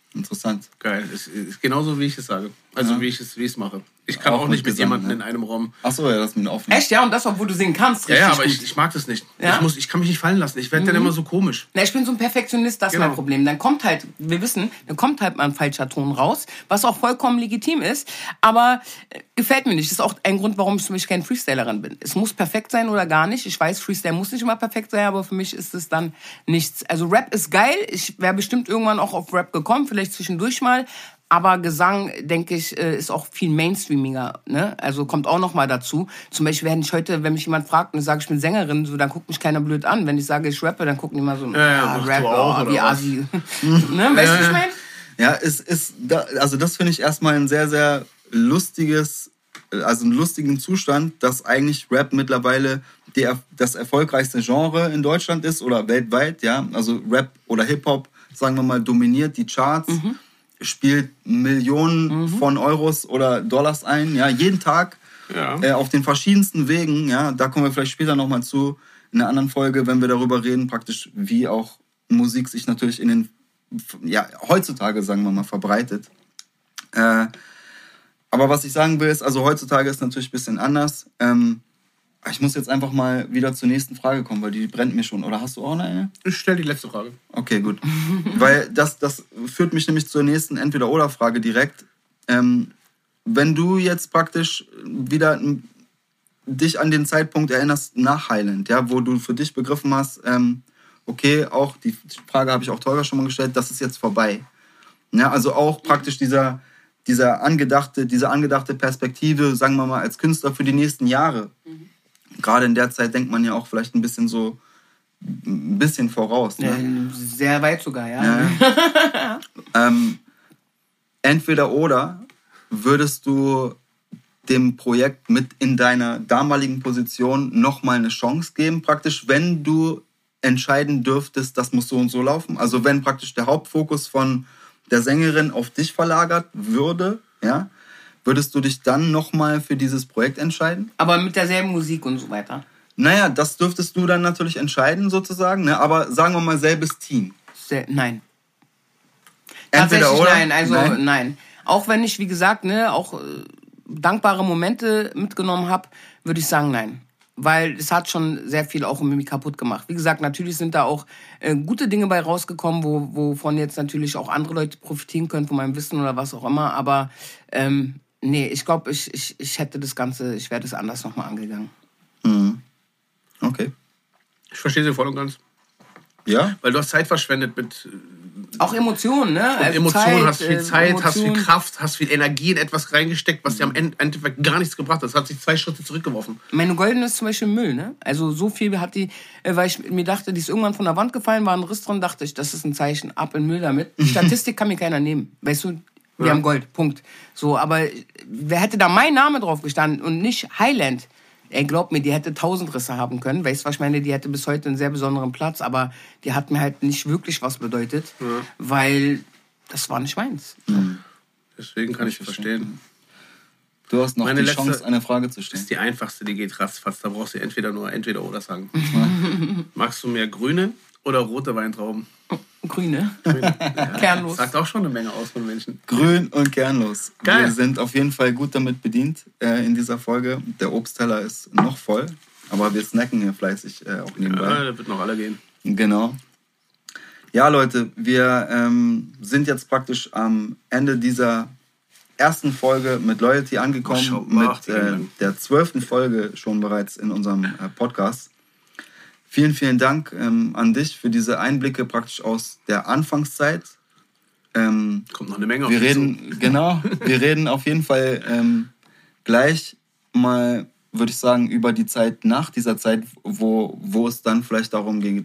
Interessant. Geil. Ist, ist genauso, wie ich es sage. Also Ja. wie ich es wie ich es mache. Ich kann Auch auch, mit nicht mit Gesang, jemandem ne? in einem Raum. Ach so, ja, das mit offen. Echt, ja? Und das, obwohl du singen kannst, Ja, richtig ja, aber gut. ich, ich mag das nicht. Ja? Ich, muss, ich kann mich nicht fallen lassen. Ich werde dann immer so komisch. Na, ich bin so ein Perfektionist, das ist Genau. mein Problem. Dann kommt halt, wir wissen, dann kommt halt mal ein falscher Ton raus, was auch vollkommen legitim ist, aber äh, gefällt mir nicht. Das ist auch ein Grund, warum ich zum Beispiel keine Freestylerin bin. Es muss perfekt sein oder gar nicht. Ich weiß, Freestyle muss nicht immer perfekt sein, aber für mich ist es dann nichts. Also Rap ist geil. Ich wäre bestimmt irgendwann auch auf Rap gekommen, vielleicht zwischendurch mal. Aber Gesang, denke ich, äh, ist auch viel mainstreamiger, ne? Also kommt auch noch mal dazu. Zum Beispiel, wenn ich heute, wenn mich jemand fragt und ich sage, ich bin Sängerin, so, dann guckt mich keiner blöd an. Wenn ich sage, ich rappe, dann gucken die immer so, Ja, ja, ah, machst du Rap, auch, oh, oder wie was? Asi. Ne? Weißt du, was ich meine? Ja, es ist, da, also das finde ich erstmal ein sehr, sehr lustiges, also einen lustigen Zustand, dass eigentlich Rap mittlerweile die, das erfolgreichste Genre in Deutschland ist oder weltweit, ja. Also Rap oder Hip-Hop, sagen wir mal, dominiert die Charts, Mhm. spielt Millionen von Euros oder Dollars ein, ja, jeden Tag. Ja. Äh, auf den verschiedensten Wegen, ja, da kommen wir vielleicht später nochmal zu, in einer anderen Folge, wenn wir darüber reden, praktisch wie auch Musik sich natürlich in den, ja, heutzutage, sagen wir mal, verbreitet. Äh, aber was ich sagen will, ist, also heutzutage ist natürlich ein bisschen anders. Ähm, ich muss jetzt einfach mal wieder zur nächsten Frage kommen, weil die brennt mir schon. Oder hast du auch eine? Ich stelle die letzte Frage. Okay, gut. Weil das, das führt mich nämlich zur nächsten Entweder-Oder-Frage direkt. Ähm, wenn du jetzt praktisch wieder m, dich an den Zeitpunkt erinnerst nach Highland, ja, wo du für dich begriffen hast, ähm, okay, auch die Frage habe ich auch Tolga schon mal gestellt, das ist jetzt vorbei. Ja, also auch praktisch dieser, dieser angedachte, diese angedachte Perspektive, sagen wir mal, als Künstler für die nächsten Jahre. Mhm. Gerade in der Zeit denkt man ja auch vielleicht ein bisschen so, ein bisschen voraus. Ne? Ja, sehr weit sogar, ja. Ja. ähm, entweder oder würdest du dem Projekt mit in deiner damaligen Position nochmal eine Chance geben, praktisch, wenn du entscheiden dürftest, das muss so und so laufen? Also wenn praktisch der Hauptfokus von der Sängerin auf dich verlagert würde, ja, würdest du dich dann nochmal für dieses Projekt entscheiden? Aber mit derselben Musik und so weiter. Naja, das dürftest du dann natürlich entscheiden sozusagen, ne? Aber sagen wir mal selbes Team. Sehr, nein. Entweder Tatsächlich oder? nein, also Nein. nein. Auch wenn ich, wie gesagt, ne, auch äh, dankbare Momente mitgenommen habe, würde ich sagen nein. Weil es hat schon sehr viel auch mit mir kaputt gemacht. Wie gesagt, natürlich sind da auch äh, gute Dinge bei rausgekommen, wo, wovon jetzt natürlich auch andere Leute profitieren können von meinem Wissen oder was auch immer. Aber ähm, nee, ich glaube, ich, ich, ich hätte das Ganze, ich wäre das anders nochmal angegangen. Mhm. Okay. Ich verstehe sie voll und ganz. Ja? Weil du hast Zeit verschwendet mit Auch Emotionen, ne? und Also Emotionen, Zeit, hast viel äh, Zeit, hast viel Emotionen. Kraft, hast viel Energie in etwas reingesteckt, was dir am Ende- Endeffekt gar nichts gebracht hat. Das hat sich zwei Schritte zurückgeworfen. Meine goldene ist zum Beispiel Müll, ne? Also so viel hat die, äh, weil ich mir dachte, die ist irgendwann von der Wand gefallen, war ein Riss drin, dachte ich, das ist ein Zeichen, ab in Müll damit. Die Statistik kann mir keiner nehmen, weißt du? Wir Ja. haben Gold, Punkt. So, aber wer hätte da mein Name drauf gestanden und nicht Highland? Ey, glaub mir, die hätte tausend Risse haben können. Weißt du, was ich meine? Die hätte bis heute einen sehr besonderen Platz, aber die hat mir halt nicht wirklich was bedeutet, Ja. weil das war nicht meins. Deswegen kann ich verstehen. Du hast noch Meine die letzte- Chance, eine Frage zu Das stellen. ist die einfachste, die geht ratzfatz. Da brauchst du entweder nur entweder oder sagen. Magst du mehr grüne oder rote Weintrauben? Grüne. Kernlos. Sagt auch schon eine Menge aus von Menschen. Grün und kernlos. Geil. Wir sind auf jeden Fall gut damit bedient äh, in dieser Folge. Der Obstteller ist noch voll, aber wir snacken hier fleißig äh, auch nebenbei. Ja, da wird noch alle gehen. Genau. Ja, Leute, wir ähm, sind jetzt praktisch am Ende dieser ersten Folge mit Loyalty angekommen, Oh, schau, mit ach, vielen äh, Dank. der zwölften Folge schon bereits in unserem äh, Podcast. Vielen, vielen Dank ähm, an dich für diese Einblicke praktisch aus der Anfangszeit. Ähm, Kommt noch eine Menge auf wir dich reden, zu. genau, wir reden auf jeden Fall ähm, gleich mal, würde ich sagen, über die Zeit nach dieser Zeit, wo, wo es dann vielleicht darum ging,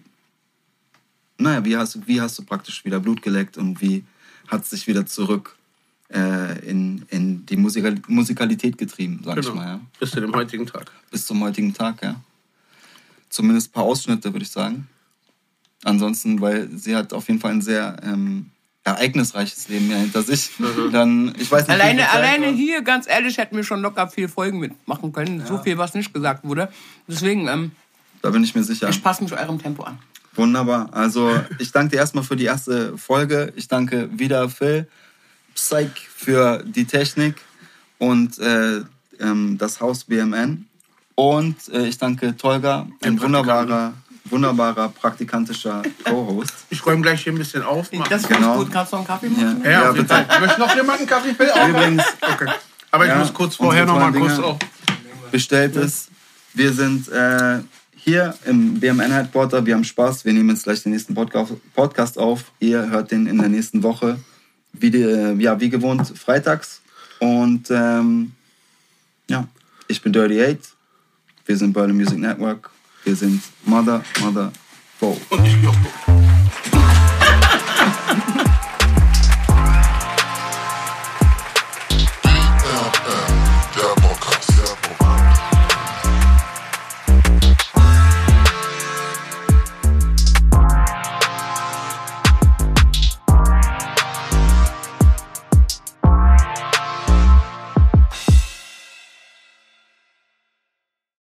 naja, wie hast, du, wie hast du praktisch wieder Blut geleckt und wie hat es sich wieder zurück äh, in, in die Musikal Musikalität getrieben, sag Genau. ich mal. Ja. Bis zu dem heutigen Tag. Bis zum heutigen Tag, ja. Zumindest ein paar Ausschnitte, würde ich sagen. Ansonsten, weil sie hat auf jeden Fall ein sehr ähm, ereignisreiches Leben ja hinter sich. Dann, ich weiß nicht, wie Alleine, viel Zeit alleine war. hier, ganz ehrlich, hätten wir schon locker viel Folgen mitmachen können. So viel, was nicht gesagt wurde. Deswegen, ähm, Da bin ich mir sicher. ich passe mich eurem Tempo an. Wunderbar. Also ich danke dir erstmal für die erste Folge. Ich danke wieder Phil, Psych für die Technik und äh, ähm, das Haus B M N. Und äh, ich danke Tolga, ein wunderbarer, wunderbarer praktikantischer Co-Host. Ich räume gleich hier ein bisschen auf. Das ist genau. gut. Kannst du noch einen Kaffee machen? Ja, ja, ja auf jeden Fall. Möchte noch jemand einen Kaffee? Will auch. Übrigens, okay. Aber ich ja, muss kurz vorher noch mal kurz auf. Bestellt ist. Wir sind äh, hier im B M N Headquarter. Wir haben Spaß. Wir nehmen jetzt gleich den nächsten Podcast auf. Ihr hört den in der nächsten Woche. Wie, die, ja, wie gewohnt, freitags. Und ähm, ja, ich bin Dirty Eight. Wir sind Berlin Music Network. Wir sind Mother, Mother, Bo. Und ich